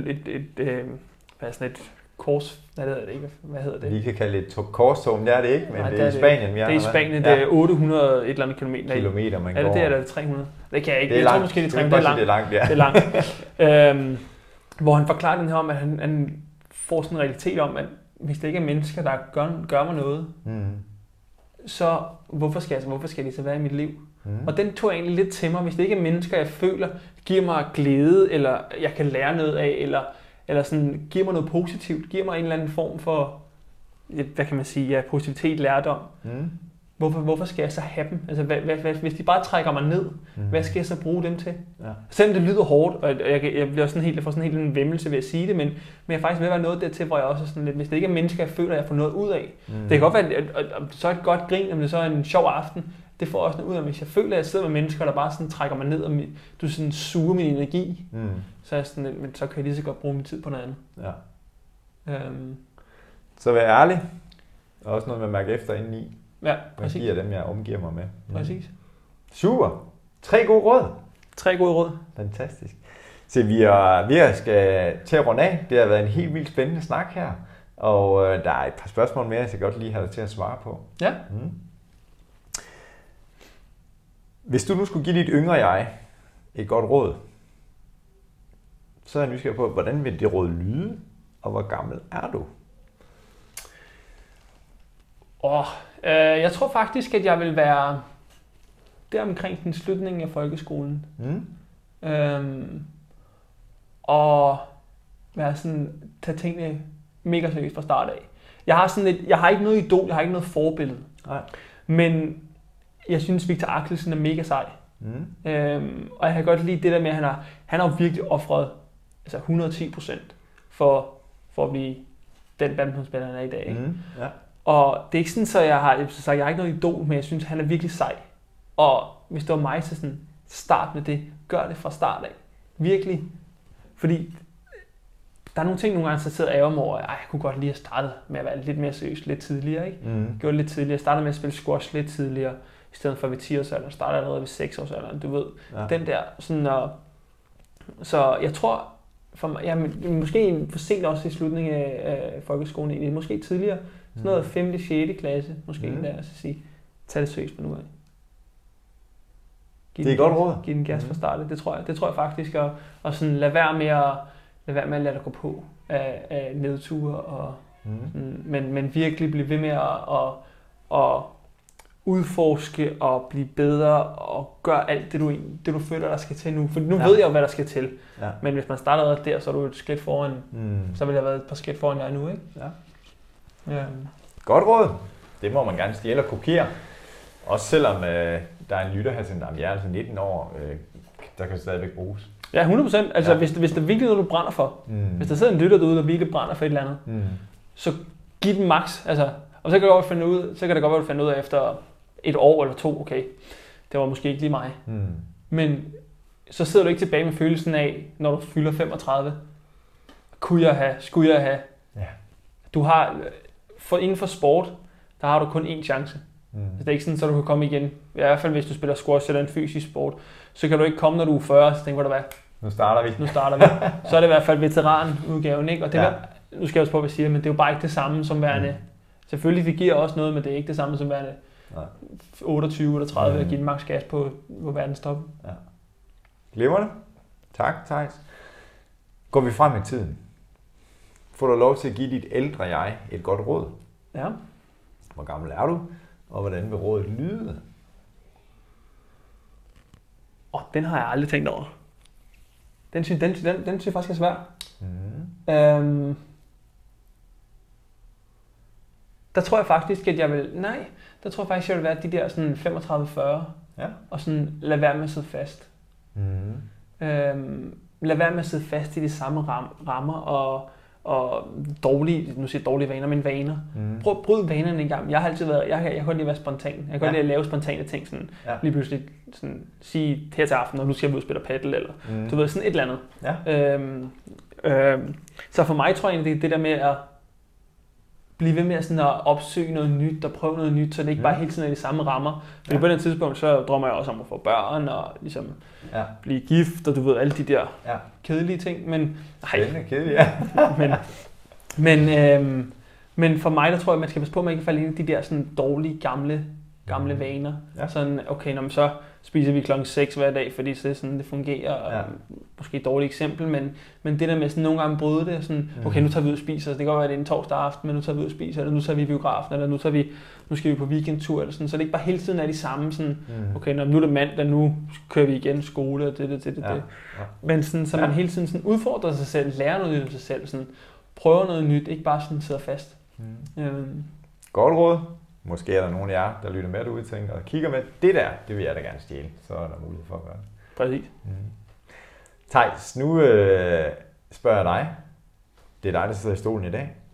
[SPEAKER 2] kors, hvad hedder det?
[SPEAKER 1] Vi kan kalde det et korstog, men det er det ikke, men nej, det er i Spanien.
[SPEAKER 2] Det er i Spanien, det er 800 et eller andet
[SPEAKER 1] kilometer, man går.
[SPEAKER 2] Er det, eller er det 300? Det kan jeg ikke.
[SPEAKER 1] Jeg tror måske, det er 300. Det er langt, ja.
[SPEAKER 2] Det er langt. Hvor han forklarer den her om, at han får sådan en realitet om, at hvis det ikke er mennesker, der gør mig noget, så hvorfor skal de så være i mit liv? Og den tog jeg egentlig lidt til mig. Hvis det ikke er mennesker, jeg føler, giver mig glæde, eller jeg kan lære noget af, eller sådan, giver mig noget positivt, giver mig en eller anden form for, hvad kan man sige, positivitet, lærdom. Hvorfor skal jeg så have dem? Altså, hvis de bare trækker mig ned, hvad skal jeg så bruge dem til? Ja. Selvom det lyder hårdt, og jeg får sådan helt en væmmelse ved at sige det, men jeg er faktisk ved at være noget dertil, hvor jeg også sådan lidt, hvis det ikke er mennesker, jeg føler, at jeg får noget ud af. Det kan godt være, så et godt grin, om det så er en sjov aften. det får også noget ud af, hvis jeg føler, at jeg sidder med mennesker, der bare sådan trækker mig ned, og du sådan suger min energi, så er jeg sådan, men så kan jeg lige så godt bruge min tid på noget andet.
[SPEAKER 1] Ja. Så vær ærlig. Og også noget med at mærke efter indeni.
[SPEAKER 2] Ja, præcis.
[SPEAKER 1] Hvad giver dem, jeg omgiver mig med.
[SPEAKER 2] Præcis.
[SPEAKER 1] Super. 3 gode råd.
[SPEAKER 2] 3 gode råd.
[SPEAKER 1] Fantastisk. Så vi skal til at runde af. Det har været en helt vildt spændende snak her. Og der er et par spørgsmål mere, jeg godt lige have dig til at svare på.
[SPEAKER 2] Ja.
[SPEAKER 1] Hvis du nu skulle give dit yngre jeg et godt råd, så er jeg nysgerrig på, hvordan vil det råd lyde, og hvor gammel er du?
[SPEAKER 2] Jeg tror faktisk, at jeg vil være der omkring den slutningen af folkeskolen. Og være sådan, tage tingene mega seriøst fra start af. Jeg har ikke noget idol, jeg har ikke noget forbillede.
[SPEAKER 1] Nej.
[SPEAKER 2] Men jeg synes, Victor Axelsen er mega sej. Og jeg kan godt lide det der med, at han har virkelig offret altså 110% for at blive den badmintonspiller, han er i dag.
[SPEAKER 1] Ja.
[SPEAKER 2] Og det er ikke sådan, så jeg har ikke noget idol, men jeg synes, han er virkelig sej. Og hvis det var mig, så sådan, start med det. Gør det fra start af. Virkelig. Fordi der er nogle ting, nogle gange, så sidder jeg over, at jeg kunne godt lige have startet med at være lidt mere seriøs lidt tidligere. Ikke? Gjorde lidt tidligere. Jeg startede med at spille squash lidt tidligere, i stedet for ved 10-årsalderen. Startede allerede ved 6-årsalderen, du ved. Ja. Den der, sådan, så jeg tror, måske for sent også i slutningen af folkeskolen, egentlig, måske tidligere, sådan noget 5. 6. klasse, måske der, så sige, tag det seriøst på nu af.
[SPEAKER 1] Det er et godt råd.
[SPEAKER 2] Giv den gas fra starten, det tror jeg faktisk, og sådan lad være med at lade dig gå på af nedture, og, men virkelig blive ved med at udforske og blive bedre og gøre alt det du føler, der skal til nu. For nu ved jeg jo, hvad der skal til. Ja. Men hvis man starter der, så er du et skridt foran, så vil jeg være et par skridt foran jeg nu, ikke? Ja.
[SPEAKER 1] Godt råd. Det må man gerne stjæle og kopiere. Også selvom der er en lytter her, der er altså 19 år, der kan stadigvæk bruges.
[SPEAKER 2] Ja, 100%. Altså, hvis det er virkelig noget, du brænder for. Hvis der sidder en lytter derude, der virkelig brænder for et eller andet, så giv den max. Altså, og så kan det godt være, at du finder ud af efter 1 år eller 2, okay, det var måske ikke lige mig. Men så sidder du ikke tilbage med følelsen af, når du fylder 35, skulle jeg have.
[SPEAKER 1] Ja.
[SPEAKER 2] Du har, inden for sport, der har du kun én chance. Så det er ikke sådan, så du kan komme igen. I hvert fald hvis du spiller squash eller en fysisk sport, så kan du ikke komme, når du er 40, så tænker du, hvad?
[SPEAKER 1] Nu starter vi.
[SPEAKER 2] Så er det i hvert fald veteranudgaven, ikke? Og det nu skal jeg også på, hvad jeg siger, men det er jo bare ikke det samme som værende. Selvfølgelig, det giver også noget, men det er ikke det samme som værende 28 eller 30 at give en max gas på verdenstoppen.
[SPEAKER 1] Ja. Glimrende. Tak, Theis. Går vi frem i tiden, får du lov til at give dit ældre jeg et godt råd.
[SPEAKER 2] Ja.
[SPEAKER 1] Hvor gammel er du, og hvordan vil rådet lyde?
[SPEAKER 2] Den har jeg aldrig tænkt over. Den synes jeg faktisk er svær. Der tror jeg faktisk, at jeg vil være de der sådan 35-40, og sådan lade være med at sidde fast. Lad være med at sidde fast i de samme rammer og dårlige vaner, men vaner. Prøv at bryde vanerne en gang. Jeg har altid været, jeg kan godt lide at være spontan. Jeg kan godt lide at lave spontane ting, sådan lige pludselig sådan, sige her til aften, og nu skal jeg ud og spille paddle, eller du ved, sådan et eller andet. Så for mig tror jeg egentlig, det der med at blive ved med sådan at opsøge noget nyt og prøve noget nyt, så det ikke bare hele tiden er de samme rammer. Fordi på den tidspunkt, så drømmer jeg også om at få børn og ligesom blive gift, og du ved, alle de der kedelige ting. Men men for mig, der tror jeg, man skal passe på, at man ikke falder ind i de der sådan dårlige, gamle vaner. Sådan, okay, så spiser vi klokken 6 hver dag, fordi så er sådan, det fungerer. Og måske et dårligt eksempel, men det der med sådan nogle gange bryde det, sådan, okay, nu tager vi ud og spiser, det kan godt være, det er en torsdag aften, men nu tager vi ud og spiser, eller nu tager vi i biografen, eller nu skal vi på weekendtur, eller sådan, så det ikke bare hele tiden er de samme, sådan, okay, nu er det mandag, nu kører vi igen skole, og det. Men sådan, så man hele tiden sådan udfordrer sig selv, lærer noget nyt om sig selv, sådan, prøver noget nyt, ikke bare sådan sidder fast.
[SPEAKER 1] Godt råd. Måske er der nogen af jer, der lytter med derude, tænker og kigger med, det vil jeg da gerne stjæle. Så er der mulighed for at gøre det.
[SPEAKER 2] Præcis.
[SPEAKER 1] Theis, nu spørger jeg dig. Det er dig, der sidder i stolen i dag.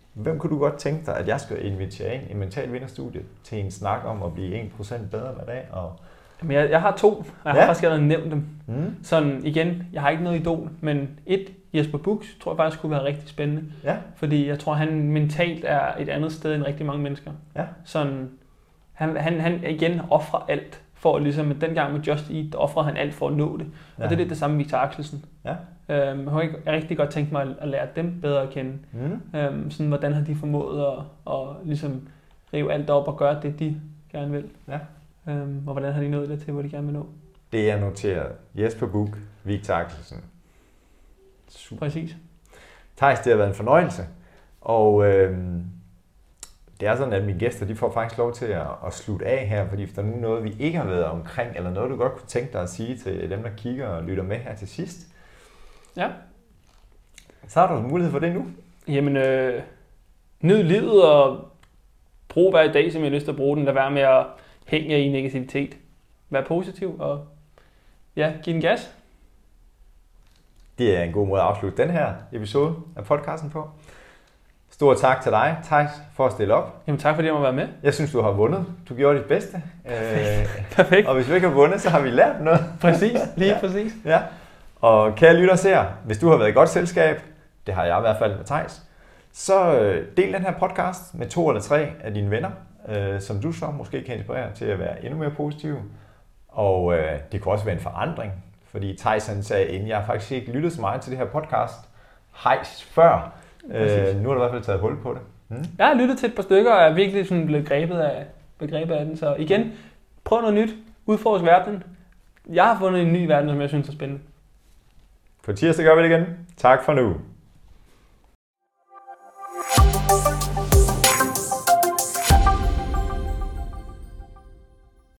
[SPEAKER 1] Hvem kunne du godt tænke dig, at jeg skal invitere ind i Mental Vinderstudiet til en snak om at blive 1% bedre hver dag?
[SPEAKER 2] Jamen, jeg har 2, og jeg har faktisk allerede nævnt dem. Sådan igen, jeg har ikke noget idol, men Jesper Buch tror jeg faktisk kunne være rigtig spændende.
[SPEAKER 1] Ja.
[SPEAKER 2] Fordi jeg tror, han mentalt er et andet sted end rigtig mange mennesker.
[SPEAKER 1] Ja.
[SPEAKER 2] Sådan, han igen offrer alt for ligesom, at dengang med Just Eat, der offrede han alt for at nå det. Ja. Og det er lidt det samme med Victor Axelsen.
[SPEAKER 1] Ja.
[SPEAKER 2] Jeg har rigtig godt tænkt mig at lære dem bedre at kende. Sådan, hvordan har de formået at ligesom rive alt op og gøre det, de gerne vil.
[SPEAKER 1] Ja.
[SPEAKER 2] Og hvordan har de nået det til, hvor de gerne vil nå.
[SPEAKER 1] Det er noteret. Jesper Buch, Victor Axelsen.
[SPEAKER 2] Super. Præcis.
[SPEAKER 1] Theis, det har været en fornøjelse. Og det er sådan, at mine gæster de får faktisk lov til at slutte af her, fordi hvis der er noget, vi ikke har været omkring, eller noget, du godt kunne tænke dig at sige til dem, der kigger og lytter med her til sidst,
[SPEAKER 2] ja.
[SPEAKER 1] Så har du mulighed for det nu.
[SPEAKER 2] Jamen, nyd livet og brug hver dag, som jeg har lyst til at bruge den. Lad være med at hænge i negativitet. Vær positiv og ja, giv den gas.
[SPEAKER 1] Det er en god måde at afslutte den her episode af podcasten på. Stor tak til dig, Theis, for at stille op.
[SPEAKER 2] Jamen tak fordi jeg må være med.
[SPEAKER 1] Jeg synes, du har vundet. Du gjorde dit bedste.
[SPEAKER 2] Perfekt.
[SPEAKER 1] Og hvis vi ikke har vundet, så har vi lært noget.
[SPEAKER 2] Præcis, lige præcis.
[SPEAKER 1] Ja. Og kære lytter og seere, hvis du har været i godt selskab, det har jeg i hvert fald med Theis, så del den her podcast med 2 eller 3 af dine venner, som du så måske kan inspirere til at være endnu mere positiv. Og det kunne også være en forandring, fordi Theis han sagde, inden jeg har faktisk ikke lyttet så meget til det her podcast, hejs før. Nu har du i hvert fald taget hul på det.
[SPEAKER 2] Jeg har lyttet til et par stykker, og er virkelig sådan blevet grebet af den. Så igen, prøv noget nyt. Udforsk verden. Jeg har fundet en ny verden, som jeg synes er spændende.
[SPEAKER 1] På tirsdag gør vi det igen. Tak for nu.